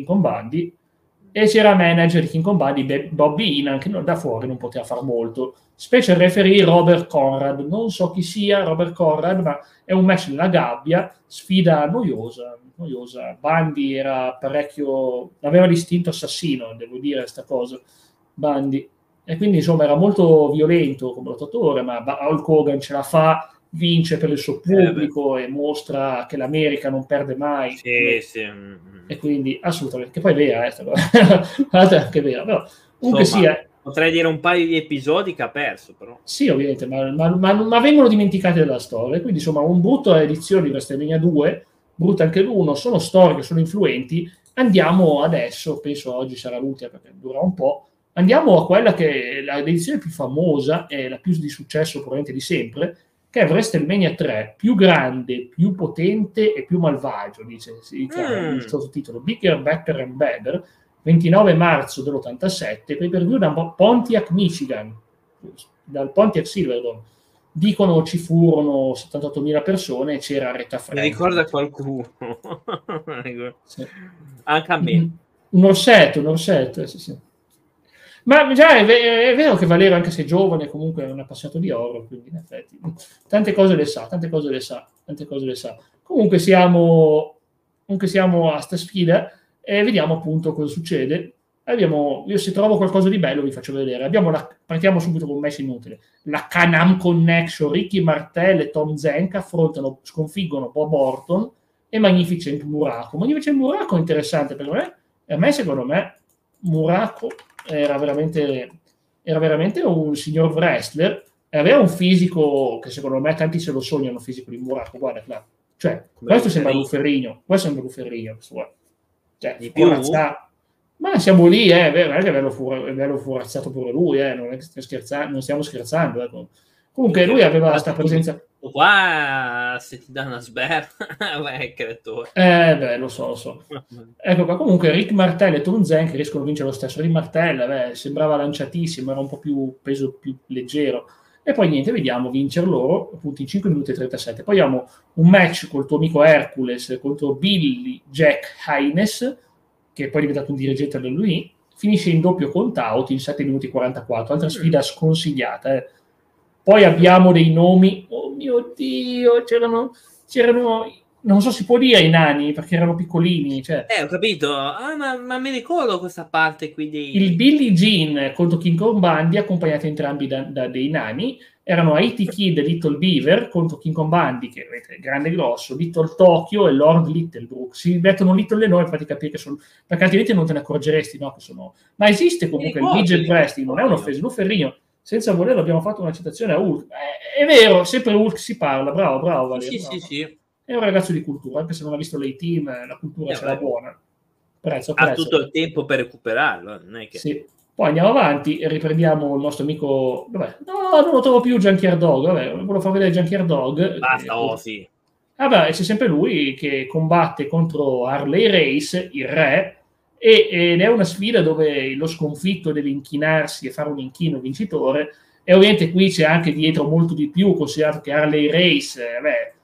e c'era manager di King Kong Bundy, Bobby Heenan, che da fuori non poteva far molto. Special referee Robert Conrad, non so chi sia Robert Conrad, ma è un match nella gabbia, sfida noiosa. Bundy era parecchio, aveva l'istinto assassino, devo dire sta cosa, Bundy, e quindi insomma era molto violento come lottatore, ma Hulk Hogan ce la fa, vince per il suo pubblico e mostra che l'America non perde mai. Sì. E quindi assolutamente, che poi è vera, è anche vera, però comunque sia. Potrei dire un paio di episodi che ha perso, però. Sì, ovviamente, ma vengono dimenticati dalla storia, quindi insomma un brutto edizione di WrestleMania 2, brutta anche l'1, sono storiche, sono influenti. Andiamo adesso, penso oggi sarà l'ultima perché dura un po', andiamo a quella che è l'edizione più famosa e la più di successo probabilmente di sempre, che è WrestleMania 3, più grande, più potente e più malvagio, si chiama il sottotitolo, Bigger, Better and Better, 29 marzo dell'87, pay-per-view da Pontiac, Michigan, dal Pontiac Silverdome. Dicono ci furono 78.000 persone e c'era Aretha Franklin. Mi ricorda qualcuno. Sì. Anche a me. Un orsetto, sì. Ma già è vero che Valero, anche se è giovane, comunque è un appassionato di oro, quindi in effetti tante cose le sa. Comunque siamo a sta sfida e vediamo appunto cosa succede. Io se trovo qualcosa di bello vi faccio vedere. Partiamo subito con un match inutile. La Can-Am Connection, Ricky Martel e Tom Zenk sconfiggono Bob Orton e Magnificent Muraco. Magnificent Muraco è interessante per me, secondo me Muraco era veramente un signor wrestler, aveva un fisico che secondo me tanti se lo sognano, fisico di Muraco, guarda là. Cioè, questo sembra Luferrigno, cioè, di più. Ma siamo lì, è vero, che bello furazzato pure lui, non è che non stiamo scherzando. Comunque lui aveva questa presenza. Qua se ti dà una sberla, creatore. Lo so. Ecco qua, comunque Rick Martel e Tom Zenk riescono a vincere lo stesso. Rick Martel sembrava lanciatissimo, era un po' più peso più leggero. E poi niente, vediamo vincere loro, appunto in 5 minuti e 37. Poi abbiamo un match col tuo amico Hercules contro Billy Jack Haynes, che poi è diventato un dirigente da lui, finisce in doppio count out in 7 minuti e 44, altra sfida sconsigliata. Poi abbiamo dei nomi, oh mio Dio, c'erano, non so si può dire i nani, perché erano piccolini. Ho capito, ma mi ricordo questa parte qui Il Billie Jean contro King Kong Bundy, accompagnati entrambi da dei nani, erano Haiti Kid e Little Beaver contro King Kong Bundy, che è grande e grosso, Little Tokyo e Lord Littlebrook. Si mettono Little le noi, fate capire che sono, perché altrimenti non te ne accorgeresti, no? Che sono. Ma esiste comunque il midget wrestling, non è un'offesa. Luferrigno, senza volerlo, abbiamo fatto una citazione a Hulk. È vero, sempre Hulk si parla, bravo Valerio. Sì. È un ragazzo di cultura, anche se non ha visto l'A-Team, la cultura ce l'ha buona. Prezzo. Ha tutto il tempo per recuperarlo, non è che. Sì. Poi andiamo avanti e riprendiamo il nostro amico. Non lo trovo più Junkyard Dog. Volevo far vedere Junkyard Dog. Basta, sì. C'è sempre lui che combatte contro Harley Race, il re, ed è una sfida dove lo sconfitto deve inchinarsi e fare un inchino vincitore. E ovviamente qui c'è anche dietro molto di più, considerato che Harley Race,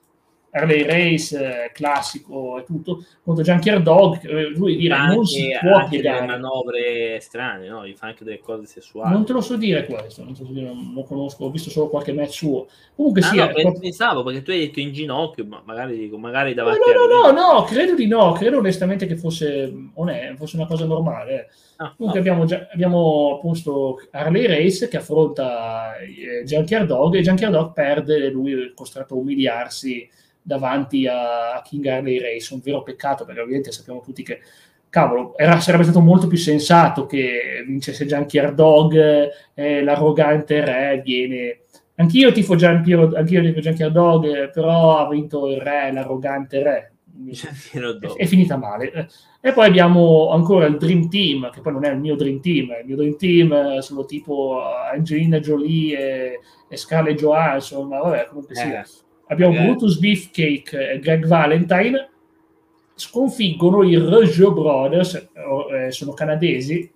Harley Race classico e tutto, contro Junkyard Dog, lui dire non si può anche piegare. delle manovre strane, no? Gli fa anche delle cose sessuali. Non te lo so dire questo, non lo conosco, ho visto solo qualche match suo. Comunque sia... No, pensavo, perché tu hai detto in ginocchio, ma magari davanti No, credo di no, credo onestamente che fosse una cosa normale. Comunque abbiamo appunto Harley Race che affronta Junkyard Dog, e Junkyard Dog perde, lui è costretto a umiliarsi davanti a King Harley Race, un vero peccato, perché ovviamente sappiamo tutti che cavolo, sarebbe stato molto più sensato che vincesse Junkyard Dog, l'arrogante re viene... Anch'io tifo Junkyard Dog, però ha vinto il re, l'arrogante re. È finita male. E poi abbiamo ancora il Dream Team, che poi non è il mio Dream Team, il mio Dream Team sono tipo Angelina Jolie e Scarlett Johansson, ma vabbè, comunque sia. Abbiamo Brutus Beefcake e Greg Valentine, sconfiggono i Rougeau Brothers, sono canadesi,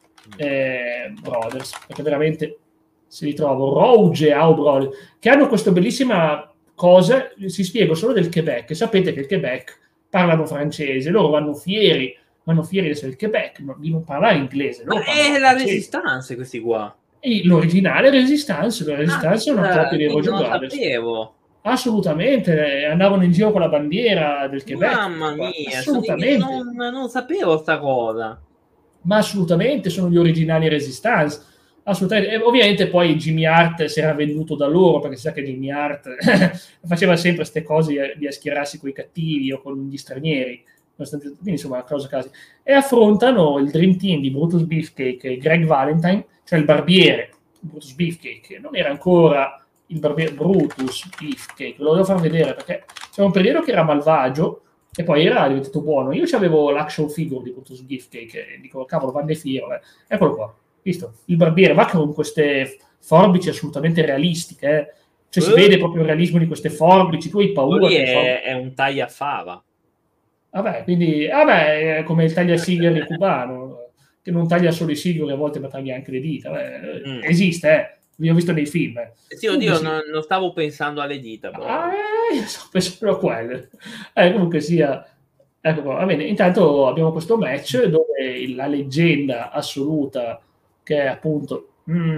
Brothers, perché veramente si ritrovano Rougeau Brothers, che hanno questa bellissima cosa, si spiega solo del Quebec, sapete che il Quebec parlano francese, loro vanno fieri di essere il Quebec, di non parlare inglese. Ma è la Resistance questi qua? E l'originale Resistance è una copia dei Rougeau Brothers. Sapevo. Assolutamente, andavano in giro con la bandiera del Quebec. Mamma mia, assolutamente. Non sapevo sta cosa. Ma assolutamente sono gli originali Resistance. Assolutamente. E ovviamente poi Jimmy Hart si era venduto da loro, perché si sa che Jimmy Hart faceva sempre queste cose di schierarsi con i cattivi o con gli stranieri. Quindi insomma, una cosa così. E affrontano il Dream Team di Brutus Beefcake e Greg Valentine, cioè il barbiere Brutus Beefcake, non era ancora il barbiere Brutus Beefcake, ve lo devo far vedere perché c'era un periodo che era malvagio e poi era diventato buono. Io avevo l'action figure di Brutus Beefcake e dico, cavolo, Van de Fiero, eccolo qua, visto? Il barbiere va con queste forbici assolutamente realistiche, cioè si vede proprio il realismo di queste forbici, tu hai paura. È un tagliafava. Vabbè, quindi è come il tagliasigari cubano, che non taglia solo i sigari a volte ma taglia anche le dita. Esiste, li ho visto nei film. Sì, oddio, sì. Non stavo pensando alle dita. Io sto pensando a quelle. Comunque sia... Ecco qua, va bene. Intanto abbiamo questo match dove la leggenda assoluta, che è appunto...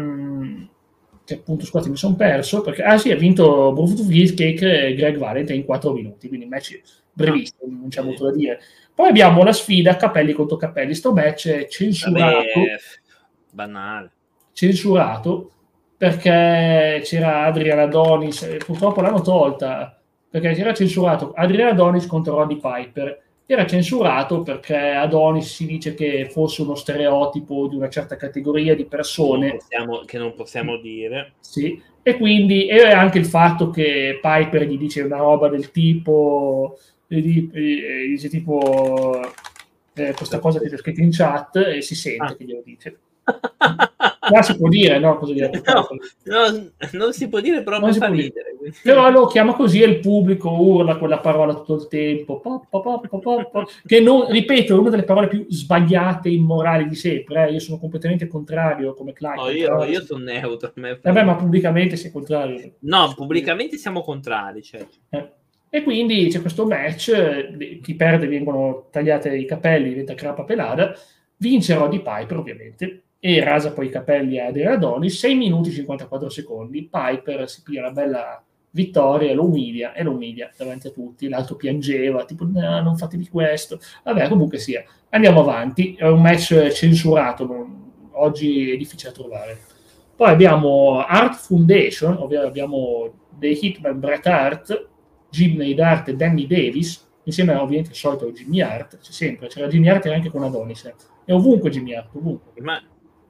scusate, mi sono perso, perché... ha vinto Brutus Beefcake e Greg Valentine in 4 minuti, quindi match brevissimo, non c'è molto da dire. Poi abbiamo la sfida capelli contro capelli. Sto match è censurato. Banale. Censurato perché c'era Adriana Adonis, purtroppo l'hanno tolta perché c'era censurato Adriana Adonis contro Roddy Piper. Era censurato perché Adonis si dice che fosse uno stereotipo di una certa categoria di persone che non possiamo dire. Sì, e quindi e anche il fatto che Piper gli dice una roba del tipo dice tipo questa cosa che c'è scritto in chat e si sente che glielo dice. Ma si può dire, no? Cosa no, non si può dire, però non fa ridere. Però lo chiama così e il pubblico urla quella parola tutto il tempo. Che non, ripeto, è una delle parole più sbagliate e immorali di sempre. Io sono completamente contrario come Clark. No, io sono neutro. Vabbè, ma pubblicamente sei contrario. No, pubblicamente siamo contrari. Certo. E quindi c'è questo match, chi perde vengono tagliati i capelli, diventa crapa pelada, vince Roddy Piper ovviamente, e rasa poi i capelli a Adriana Adonis, 6 minuti e 54 secondi, Piper si piglia una bella vittoria e lo umilia davanti a tutti, l'altro piangeva, tipo no, non fatevi questo, vabbè comunque sia, andiamo avanti, è un match censurato, oggi è difficile da trovare. Poi abbiamo Hart Foundation, ovvero abbiamo The Hitman Bret Hart, Jim Neidhart e Danny Davis, insieme ovviamente al solito Jimmy Hart, c'è sempre, c'era Jimmy Hart e anche con Adonis, e ovunque Jimmy Hart, ovunque. Ma...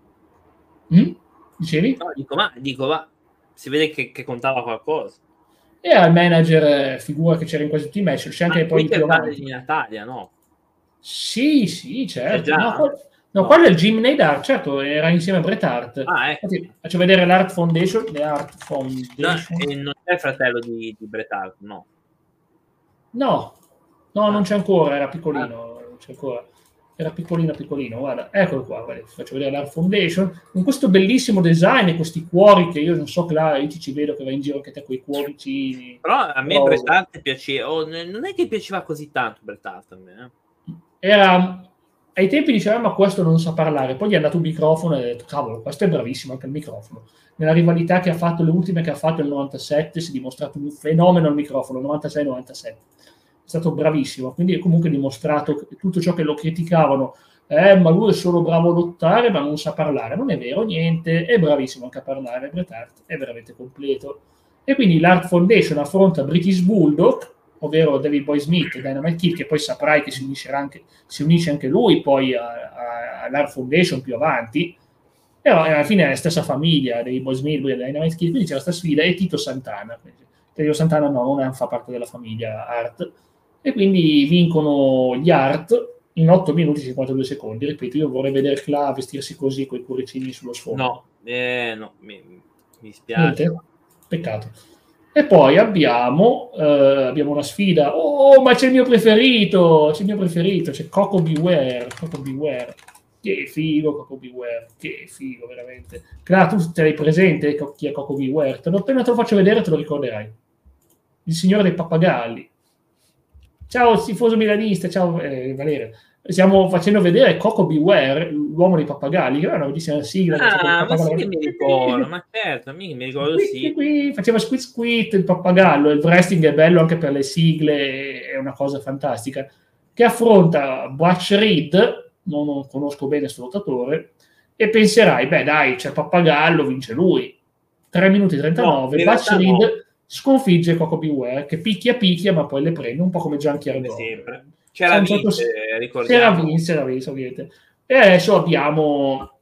Dicevi? No, dico, ma si vede che contava qualcosa. E al manager figura che c'era in quasi tutti i match, c'è anche poi più avanti. Di Natalia, no? Sì, certo. No, quello è il Jim Neidhart, certo, era insieme a Bret Hart. Ecco. Faccio vedere l'Hart Foundation. No, non è il fratello di Bret Hart, no? No, non c'è ancora, era piccolino, non c'è ancora. era piccolino, guarda, eccolo qua, guarda, ti faccio vedere l'Art Foundation, con questo bellissimo design e questi cuori che io non so, che là, io ci vedo che vai in giro anche te con i cuoricini. Però a me Bret Hart piaceva, non è che piaceva così tanto Bret Hart a me. Era, ai tempi diceva, ma questo non sa parlare, poi gli è andato un microfono e ha detto, cavolo, questo è bravissimo anche il microfono. Nella rivalità che ha fatto, le ultime che ha fatto nel 97, si è dimostrato un fenomeno al microfono, 96-97. È stato bravissimo, quindi è comunque dimostrato tutto ciò che lo criticavano, ma lui è solo bravo a lottare ma non sa parlare. Non è vero, niente, è bravissimo anche a parlare. Bret Hart è veramente completo. E quindi l'Art Foundation affronta British Bulldog, ovvero David Boy Smith e Dynamite Kid, che poi saprai che si unisce anche lui poi all'Art Foundation più avanti. E alla fine è la stessa famiglia dei Boy Smith e Dynamite Kid, quindi c'è questa sfida, e Tito Santana. Tito Santana no, non fa parte della famiglia Hart, e quindi vincono gli Hart in 8 minuti e 52 secondi. Ripeto, io vorrei vedere Cla vestirsi così con i cuoricini sullo sfondo. No, mi spiace. Niente? Peccato. E poi abbiamo una sfida. Oh, ma c'è il mio preferito! C'è Coco Beware. Che figo, Coco Beware. Che figo, veramente. Claro, tu te l'hai presente chi è Coco Beware? Appena te lo faccio vedere te lo ricorderai. Il signore dei pappagalli. Ciao, tifoso milanista, ciao Valerio. Stiamo facendo vedere Coco Beware, l'uomo dei pappagalli, che era una bellissima sigla. Ma sì che mi ricordo, ma certo, mi ricordo sì. Faceva squit squit il pappagallo, il wrestling è bello anche per le sigle, è una cosa fantastica. Che affronta Butch Reed, non conosco bene questo lottatore, e penserai, beh dai, c'è il pappagallo, vince lui. 3 minuti e 39, no, Butch Reed sconfigge Coco Beware, che picchia, ma poi le prende, un po' come Junkie sempre. C'era Vince, ricordiamo. C'era Vince, ovviamente. E adesso abbiamo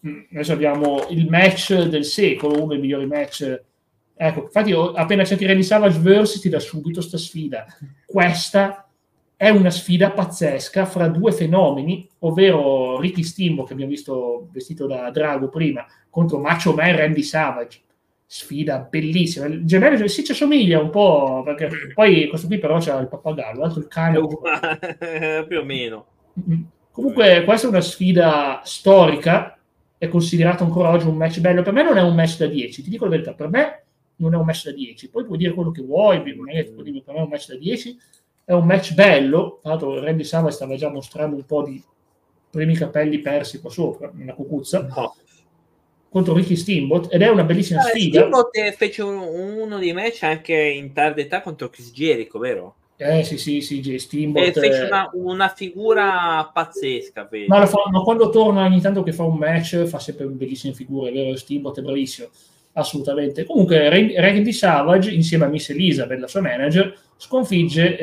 il match del secolo, uno dei migliori match. Ecco, infatti appena cerchi Randy Savage vs ti dà subito sta sfida. Questa è una sfida pazzesca fra due fenomeni, ovvero Ricky Steamboat, che abbiamo visto vestito da Drago prima, contro Macho Man Randy Savage. Sfida bellissima. Il gemello sì, ci assomiglia un po', perché poi questo qui però c'ha il pappagallo, l'altro il cane. Più o meno. Comunque questa è una sfida storica, è considerato ancora oggi un match bello. Per me non è un match da 10, ti dico la verità, per me non è un match da 10. Poi puoi dire quello che vuoi, per me è un match da 10, è un match bello. Tra l'altro Randy Savage stava già mostrando un po' di primi capelli persi qua sopra, una cucuzza. No. Contro Ricky Steamboat, ed è una bellissima sfida. Steamboat fece uno dei match anche in tarda età contro Chris Jericho, vero? Sì, Steamboat. Fece una figura pazzesca. Ma quando torna ogni tanto che fa un match fa sempre bellissime figure, vero? Steamboat è bravissimo, assolutamente. Comunque Randy Savage, insieme a Miss Elizabeth, la sua manager, sconfigge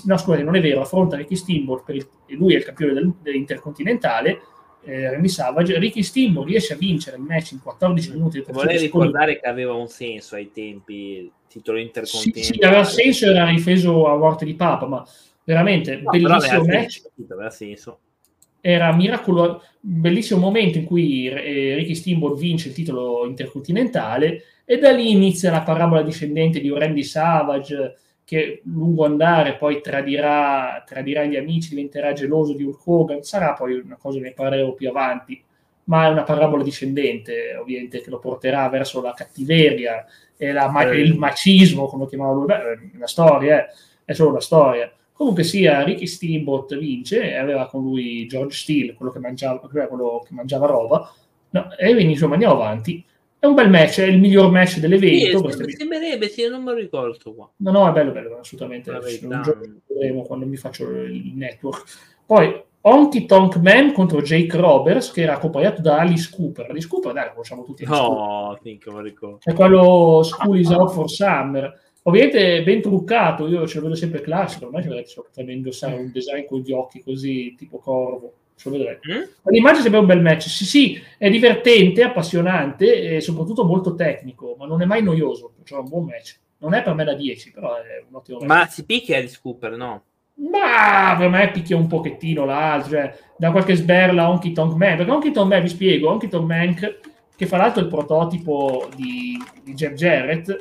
affronta Ricky Steamboat, lui è il campione dell'Intercontinentale. Randy Savage, Ricky Steamboat riesce a vincere il match in 14 minuti. Vorrei ricordare che aveva un senso ai tempi il titolo Intercontinentale. Sì, aveva senso, era rifeso a morte di Papa, ma veramente bellissimo match. Aveva senso. Era miracoloso, bellissimo momento in cui Ricky Steamboat vince il titolo intercontinentale, e da lì inizia la parabola discendente di Randy Savage, che lungo andare poi tradirà gli amici, diventerà geloso di Hulk Hogan. Sarà poi una cosa che ne parlerò più avanti, ma è una parabola discendente, ovviamente, che lo porterà verso la cattiveria e il macismo, come lo chiamava lui. La storia è solo la storia. Comunque sia, Ricky Steamboat vince, e aveva con lui George Steele, quello che mangiava roba, no, e quindi insomma andiamo avanti. È un bel match, è il miglior match dell'evento. Sembrerebbe, non me lo ricordo qua. No, è bello, assolutamente. Un giorno vedremo quando mi faccio il network. Poi Honky Tonk Man contro Jake Roberts, che era accompagnato da Alice Cooper. Alice Cooper, dai, lo conosciamo tutti. No, finché me lo ricordo. È quello School is Out for Summer. Ovviamente ben truccato, io ce lo vedo sempre classico, ormai potrebbe indossare un design con gli occhi così, tipo corvo. L'immagine sembra un bel match. Sì, è divertente, appassionante e soprattutto molto tecnico, ma non è mai noioso, cioè è un buon match. Non è per me da 10, però è un ottimo match. Ma si picchia Alice Cooper, no? Ma per me picchia un pochettino l'altro, cioè da qualche sberla a Honky Tonk Man, perché Honky Tonk Man, vi spiego, Honky Tonk Man, che fra l'altro è il prototipo di Jeff Jarrett.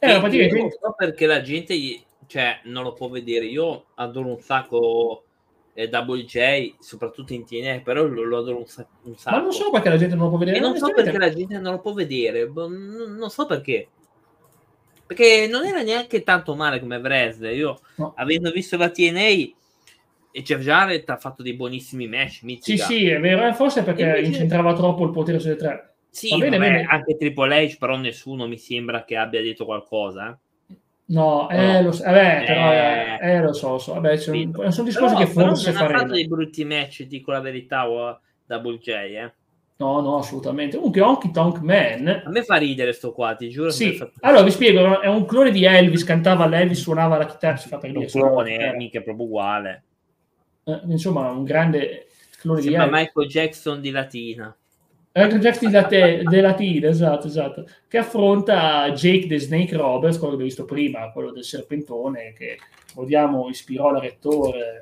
Praticamente... Non so perché la gente non lo può vedere. Io adoro un sacco WJ, soprattutto in TNA, però lo adoro un sacco. Ma non so perché la gente non lo può vedere. E non so perché la gente non lo può vedere, non so perché. Perché non era neanche tanto male come Wrestler. Io, avendo visto la TNA, e Jeff Jarrett ha fatto dei buonissimi match. Sì, è vero, forse perché invece incentrava troppo il potere sulle tre. Sì, vabbè, anche Triple H, però nessuno mi sembra che abbia detto qualcosa. No, lo so, però, lo so. Vabbè, sono discorsi che forse faremo. Non ha fatto dei brutti match, dico la verità, WJ, No, assolutamente. Comunque Honky Tonk Man... A me fa ridere sto qua, ti giuro. Sì, allora vi spiego, è un clone di Elvis, cantava l'Elvis, suonava la chitarra, si fa per dire. Un clone, mica proprio uguale. Insomma, un grande clone di Elvis. Michael Jackson di Latina. Michael Jackson di Latina, esatto. Che affronta Jake the Snake Roberts, quello che ho visto prima, quello del serpentone, che ricordiamo ispirò la rettore.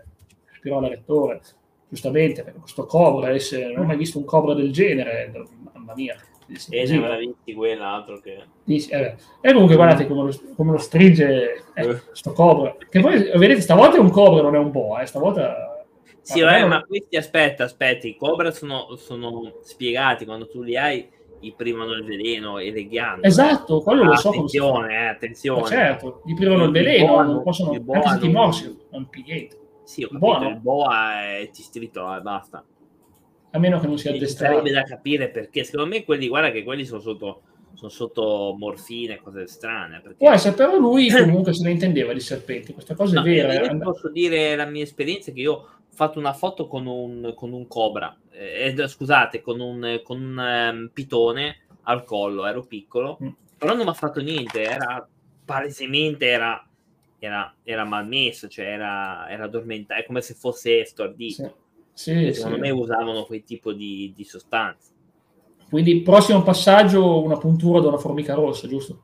Giustamente, perché questo Cobra, non ho mai visto un Cobra del genere, mamma mia. E ne avrà visti quell'altro che... E comunque guardate come lo stringe questo Cobra. Che poi, vedete, stavolta è un Cobra, non è un boa, stavolta... Sì, ma questi, aspetta, i Cobra sono spiegati, quando tu li hai, gli privano il veleno e le ghiandole. Esatto, quello lo so. Attenzione. Certo, gli privano il veleno, non possono... Anche se ti morsi, non pigliate. Sì, ho capito, il boa ti stritola e basta. A meno che non sia addestrato. Sarebbe da capire perché, secondo me guarda che quelli sono sotto morfine, cose strane. Perché... Può essere, però lui comunque se ne intendeva di serpenti, questa cosa è vera. Io posso dire la mia esperienza, che io ho fatto una foto con un cobra, scusate, con un pitone al collo, ero piccolo, però non mi ha fatto niente, era palesemente era malmesso, cioè era addormentato, è come se fosse stordito. Sì, secondo me usavano quel tipo di sostanze. Quindi prossimo passaggio una puntura da una formica rossa, giusto?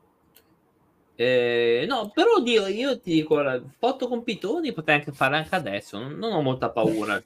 No, però io ti dico, foto con pitoni potrei anche fare anche adesso, non ho molta paura.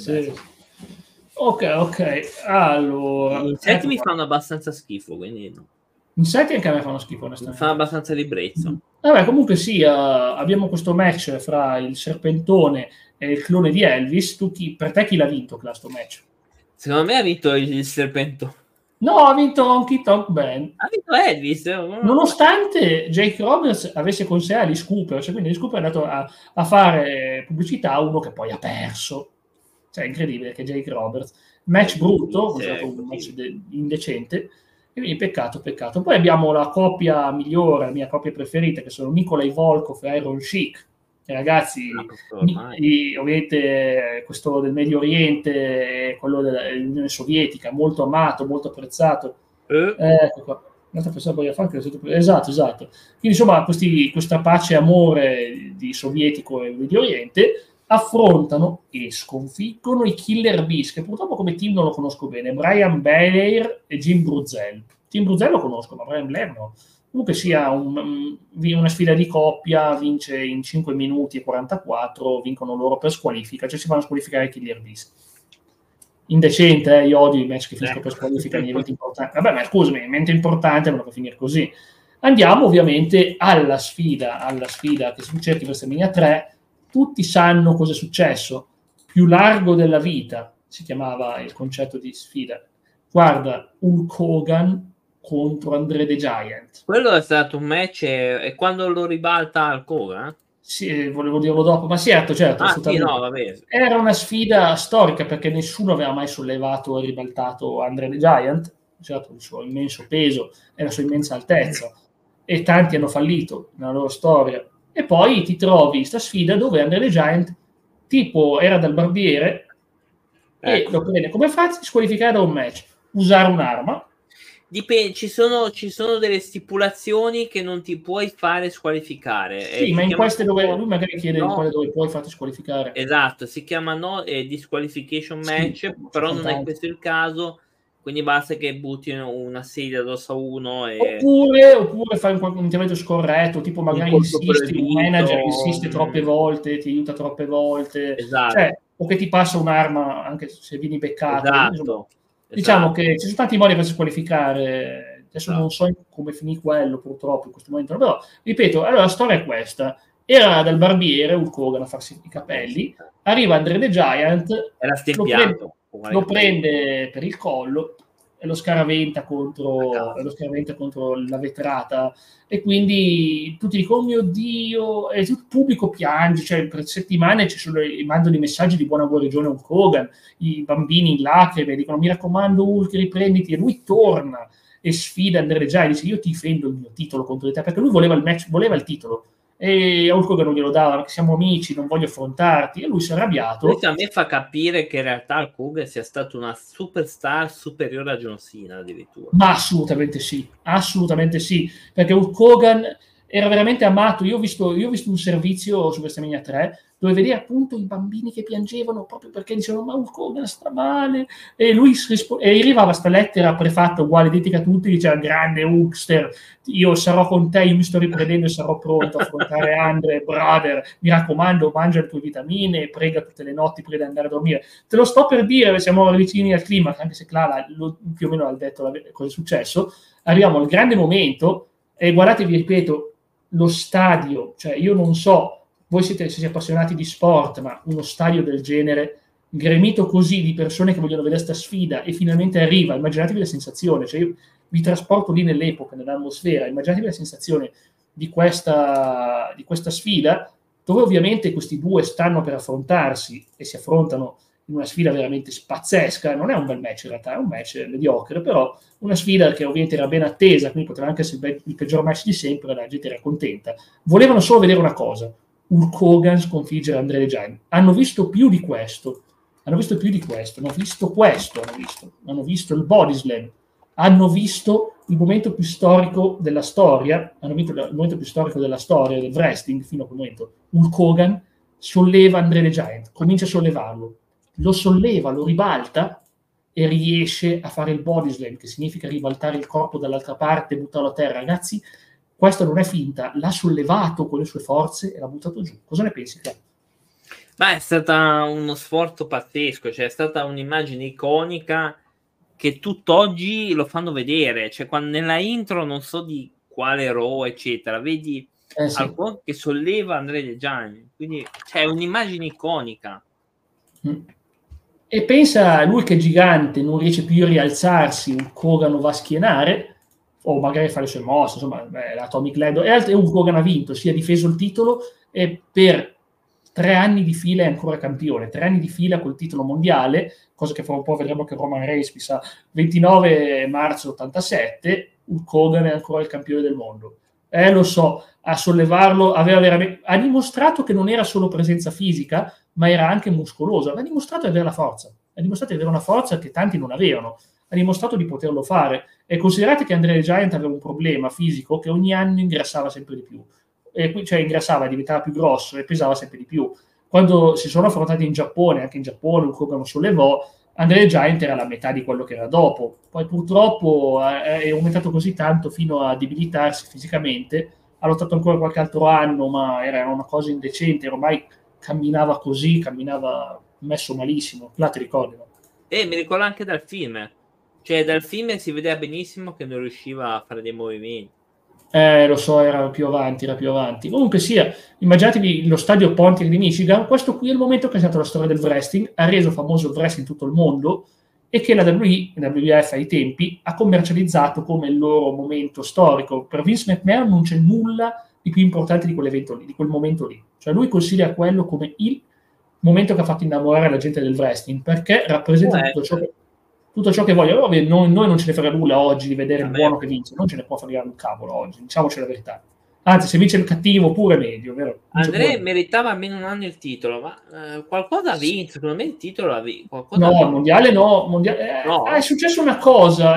Ok, allora... Gli insetti mi fanno abbastanza schifo, quindi no. Insetti anche a me fanno schifo, onestamente. Mi fanno abbastanza ribrezzo. Vabbè, comunque sia, abbiamo questo match fra il serpentone e il clone di Elvis. Per te chi l'ha vinto questo match? Secondo me ha vinto il serpentone. No, ha vinto Honky Tonk Man. Ha vinto Elvis. Nonostante Jake Roberts avesse con sé Alice Cooper, cioè quindi Alice Cooper è andato a fare pubblicità a uno che poi ha perso. Cioè, è incredibile che Jake Roberts. Match brutto, un match indecente. E quindi peccato. Poi abbiamo la coppia migliore, la mia coppia preferita, che sono Nikolai Volkov e Iron Sheik. E ragazzi, ovviamente questo del Medio Oriente, quello dell'Unione Sovietica, molto amato, molto apprezzato. Ecco qua. Esatto. Quindi insomma questa pace e amore di sovietico e Medio Oriente affrontano e sconfiggono i Killer Bees, che purtroppo come team non lo conosco bene, Brian Blair e Jim Brunzell. Jim Brunzell lo conosco, ma Brian Blair no. Comunque sia una sfida di coppia, vince in 5 minuti e 44, vincono loro per squalifica, cioè si fanno squalificare i Killer Bees. Indecente, io odio i match che finiscono per squalifica negli eventi importanti. Vabbè, ma scusami, il momento importante non può finire così. Andiamo ovviamente alla sfida che succede in WrestleMania 3. Tutti sanno cosa è successo. Più largo della vita si chiamava il concetto di sfida. Guarda, Hulk Hogan contro Andre the Giant. Quello è stato un match, e quando lo ribalta al Hogan? Sì, volevo dirlo dopo, ma certo. Sì, no, vabbè. Era una sfida storica perché nessuno aveva mai sollevato e ribaltato Andre the Giant, certo il suo immenso peso e la sua immensa altezza, e tanti hanno fallito nella loro storia. E poi ti trovi questa sfida dove Andre the Giant tipo era dal barbiere e lo prende come fazio di squalificare da un match, usare un'arma. Dipende, ci sono delle stipulazioni che non ti puoi fare squalificare. Sì, ma in queste dove lui magari chiede in quelle dove puoi farti squalificare. Esatto, si chiama disqualification match, sì, però non è questo il caso, quindi basta che butti una sedia addosso a uno oppure fai un intervento scorretto, tipo magari insisti, un manager insiste troppe volte, ti aiuta troppe volte, esatto. Cioè, o che ti passa un'arma anche se vieni beccato. Esatto. Diciamo che ci sono tanti modi per squalificare, adesso non so come finì quello purtroppo in questo momento, però ripeto, allora la storia è questa: era dal barbiere Hulk Hogan a farsi i capelli, arriva Andre the Giant, era stempiato, lo prende per il collo e lo scaraventa contro la vetrata, e quindi tutti dicono oh mio Dio, e tutto il pubblico piange, cioè per settimane mandano i messaggi di buona guarigione a Hulk Hogan, i bambini in lacrime dicono mi raccomando Hulk riprenditi, e lui torna e sfida Andre the Giant, dice io ti difendo il mio titolo contro di te, perché lui voleva il match, voleva il titolo, e Hulk Hogan non glielo dava perché siamo amici, non voglio affrontarti, e lui si è arrabbiato. Questo a me fa capire che in realtà Hulk Hogan sia stato una superstar superiore a John Cena addirittura. Ma assolutamente sì, perché Hulk Hogan era veramente amato. Io ho visto un servizio su WrestleMania 3 dove vedere appunto i bambini che piangevano proprio perché dicevano ma Hulk Hogan sta male, e lui e arrivava sta lettera prefatta uguale, identica a tutti, diceva grande Hulkster, io sarò con te, io mi sto riprendendo e sarò pronto a affrontare Andre, brother, mi raccomando mangia le tue vitamine, prega tutte le notti prima di andare a dormire. Te lo sto per dire, siamo vicini al climax, anche se Clara più o meno ha detto cosa è successo. Arriviamo al grande momento e guardate, vi ripeto, lo stadio, cioè io non so voi siete appassionati di sport, ma uno stadio del genere gremito così di persone che vogliono vedere questa sfida e finalmente arriva, immaginatevi la sensazione, cioè io vi trasporto lì nell'epoca, nell'atmosfera, immaginatevi la sensazione di questa sfida, dove ovviamente questi due stanno per affrontarsi e si affrontano in una sfida veramente pazzesca. Non è un bel match in realtà, è un match mediocre, però una sfida che ovviamente era ben attesa, quindi poteva anche essere il peggior match di sempre, la gente era contenta. Volevano solo vedere una cosa: Hulk Hogan sconfiggere Andre the Giant. Hanno visto più di questo, hanno visto il body slam, hanno visto il momento più storico della storia, del wrestling fino a quel momento. Hulk Hogan solleva Andre the Giant, comincia a sollevarlo, lo solleva, lo ribalta e riesce a fare il body slam, che significa ribaltare il corpo dall'altra parte e buttarlo a terra. Ragazzi, questo non è finta, l'ha sollevato con le sue forze e l'ha buttato giù. Cosa ne pensi te? Beh, è stato uno sforzo pazzesco, cioè è stata un'immagine iconica che tutt'oggi lo fanno vedere, cioè quando nella intro non so di quale Raw eccetera, vedi Sì. che solleva Andre the Giant, quindi c'è un'immagine iconica. E pensa a lui che è gigante, non riesce più a rialzarsi, Hulk Hogan lo va a schienare, o magari fa le sue mosse, insomma, l'Atomic Leg, e Hulk Hogan ha vinto, si è difeso il titolo e per 3 anni di fila è ancora campione, 3 anni di fila col titolo mondiale, cosa che fra un po' vedremo che Roman Reigns, mi sa, 29 marzo 87, Hulk Hogan è ancora il campione del mondo. Lo so, a sollevarlo ha dimostrato che non era solo presenza fisica, ma era anche muscoloso, ha dimostrato di avere la forza, ha dimostrato di avere una forza che tanti non avevano, ha dimostrato di poterlo fare. E considerate che Andre the Giant aveva un problema fisico che ogni anno ingrassava sempre di più, cioè ingrassava, diventava più grosso e pesava sempre di più. Quando si sono affrontati in Giappone, anche in Giappone Hulk Hogan lo sollevò, Andre the Giant era la metà di quello che era dopo, poi purtroppo è aumentato così tanto fino a debilitarsi fisicamente, ha lottato ancora qualche altro anno, ma era una cosa indecente, ormai camminava così, camminava messo malissimo, là ti ricordi, no? Mi ricordo anche dal film, cioè dal film si vedeva benissimo che non riusciva a fare dei movimenti. Lo so, era più avanti. Comunque sia, immaginatevi lo stadio Pontiac di Michigan, questo qui è il momento che è stata la storia del wrestling, ha reso famoso il wrestling in tutto il mondo e che la WWF ai tempi ha commercializzato come il loro momento storico. Per Vince McMahon non c'è nulla di più importante di quell'evento lì, di quel momento lì. Cioè lui considera quello come il momento che ha fatto innamorare la gente del wrestling, perché rappresenta tutto ciò che voglio. Noi non ce ne frega nulla oggi di vedere il buono che vince, non ce ne può fregare un cavolo oggi, diciamoci la verità. Anzi, se vince il cattivo pure meglio, vero? Andrea meritava almeno un anno il titolo, ma qualcosa ha vinto, secondo me il titolo l'ha vinto. No, il mondiale no. È successa una cosa.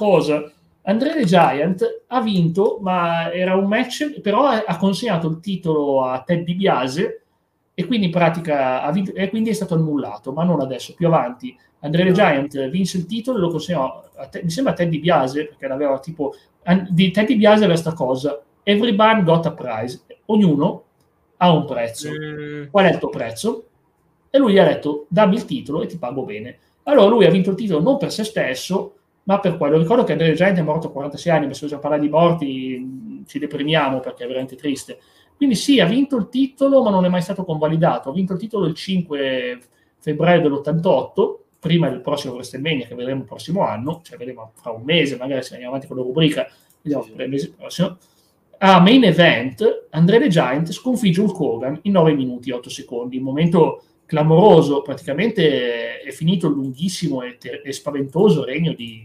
Andre the Giant ha vinto, ma era un match, però ha consegnato il titolo a Ted DiBiase e quindi in pratica ha vinto, e quindi è stato annullato, ma non adesso, più avanti. Andre the Giant vinse il titolo e lo consegnò mi sembra a Ted DiBiase, perché l'aveva tipo di Ted DiBiase aveva questa cosa: every man got a prize, ognuno ha un prezzo. Qual è il tuo prezzo? E lui gli ha detto dammi il titolo e ti pago bene. Allora lui ha vinto il titolo non per se stesso, ma per quello. Ricordo che Andre the Giant è morto a 46 anni, ma se bisogna parlare di morti ci deprimiamo perché è veramente triste. Quindi sì, ha vinto il titolo, ma non è mai stato convalidato. Ha vinto il titolo il 5 febbraio dell'88, prima del prossimo WrestleMania che vedremo il prossimo anno, cioè vedremo fra un mese, magari se andiamo avanti con la rubrica, vediamo per il mese prossimo. A main event, Andre the Giant sconfigge Hulk Hogan in 9 minuti e 8 secondi, un momento clamoroso, praticamente è finito il lunghissimo e spaventoso regno di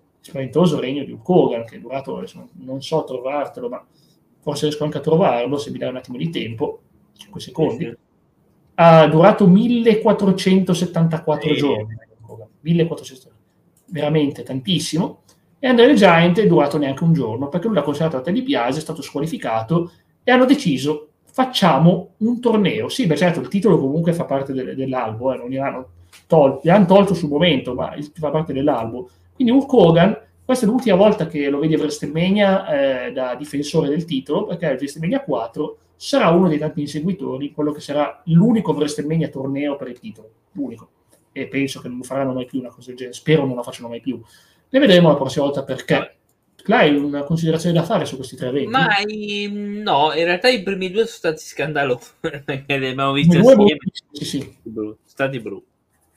Hulk Hogan, che è durato, adesso non so trovartelo, ma forse riesco anche a trovarlo se mi dai un attimo di tempo, 5 secondi. Sì. Ha durato 1474 giorni, 1400, veramente tantissimo. E Andre the Giant è durato neanche un giorno, perché lui l'ha considerato a Ted DiBiase, è stato squalificato e hanno deciso facciamo un torneo. Sì, beh certo, il titolo comunque fa parte dell'albo, non gliel'hanno tolto sul momento, ma fa parte dell'albo. Quindi Hulk Hogan, questa è l'ultima volta che lo vedi a WrestleMania da difensore del titolo, perché al WrestleMania 4 sarà uno dei tanti inseguitori, quello che sarà l'unico WrestleMania torneo per il titolo, l'unico. E penso che non faranno mai più una cosa del genere, spero non la facciano mai più. Ne vedremo la prossima volta perché. Hai una considerazione da fare su questi 3 eventi? Ma no, in realtà i primi 2 sono stati scandalosi, perché li abbiamo visti assieme. Sì. Stati brutti.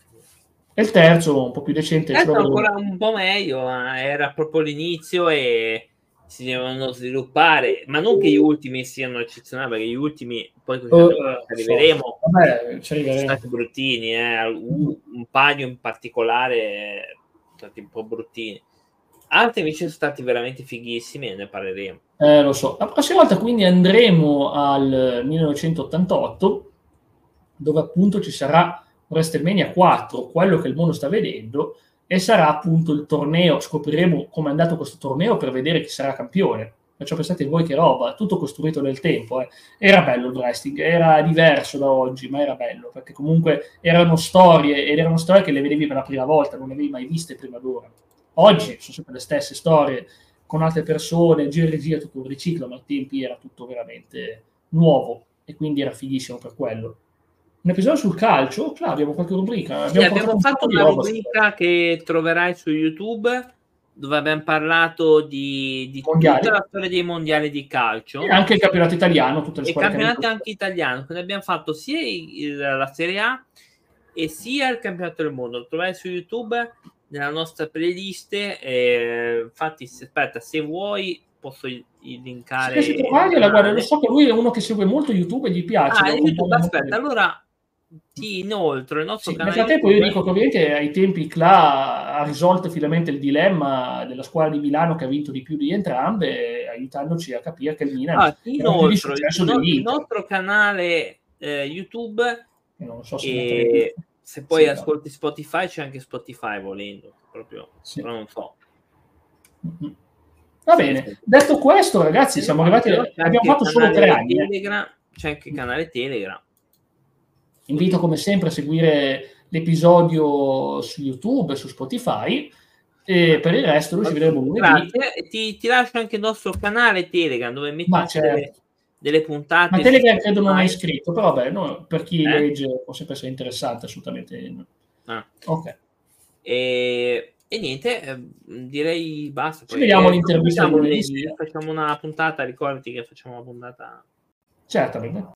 E il terzo, un po' più decente. Il terzo ancora un po' meglio, ma era proprio l'inizio e si devono sviluppare, ma non che gli ultimi siano eccezionali, perché gli ultimi poi arriveremo, sono stati bruttini, un paio in particolare sono stati un po' bruttini. Altri invece sono stati veramente fighissimi e ne parleremo. Lo so. La prossima volta quindi andremo al 1988, dove appunto ci sarà WrestleMania 4, quello che il mondo sta vedendo, e sarà appunto il torneo. Scopriremo come è andato questo torneo per vedere chi sarà campione. Perciò pensate voi che roba, tutto costruito nel tempo. Era bello il wrestling, era diverso da oggi, ma era bello, perché comunque erano storie, ed erano storie che le vedevi per la prima volta, non le avevi mai viste prima d'ora. Oggi sono sempre le stesse storie, con altre persone, gira e rigira, tutto un riciclo, ma ai tempi era tutto veramente nuovo, e quindi era fighissimo per quello. Un episodio sul calcio? Claro, abbiamo qualche rubrica. Abbiamo fatto una rubrica che troverai su YouTube, dove abbiamo parlato di tutta la storia dei mondiali di calcio. E anche il campionato italiano, tutte le squadre. E il campionato anche italiano, quindi abbiamo fatto sia la Serie A e sia il campionato del mondo. Lo troverai su YouTube nella nostra playlist. Infatti, aspetta, se vuoi posso linkare. Se guarda, lo so che lui è uno che segue molto YouTube e gli piace. YouTube, aspetta, allora ti inoltre il nostro canale. Nel frattempo io dico che ovviamente ai tempi CLA ha risolto finalmente il dilemma della squadra di Milano che ha vinto di più di entrambe, aiutandoci a capire che il Milan inoltre il nostro canale YouTube, non so se poi ascolti Spotify, c'è anche Spotify volendo, proprio, però non so. Va bene, detto questo ragazzi, siamo arrivati, abbiamo fatto solo 3 anni. C'è anche il canale Telegram. Invito come sempre a seguire l'episodio su YouTube e su Spotify, e per il resto noi ci vedremo lunedì. Grazie, ti lascio anche il nostro canale Telegram dove metto anche delle puntate. Ma Telegram credo non è iscritto, però vabbè, no, per chi legge può sempre essere interessante, assolutamente. Ok. E niente, direi basta. Ci vediamo l'intervista lunedì. Facciamo una puntata, ricordati che facciamo una puntata. Certamente.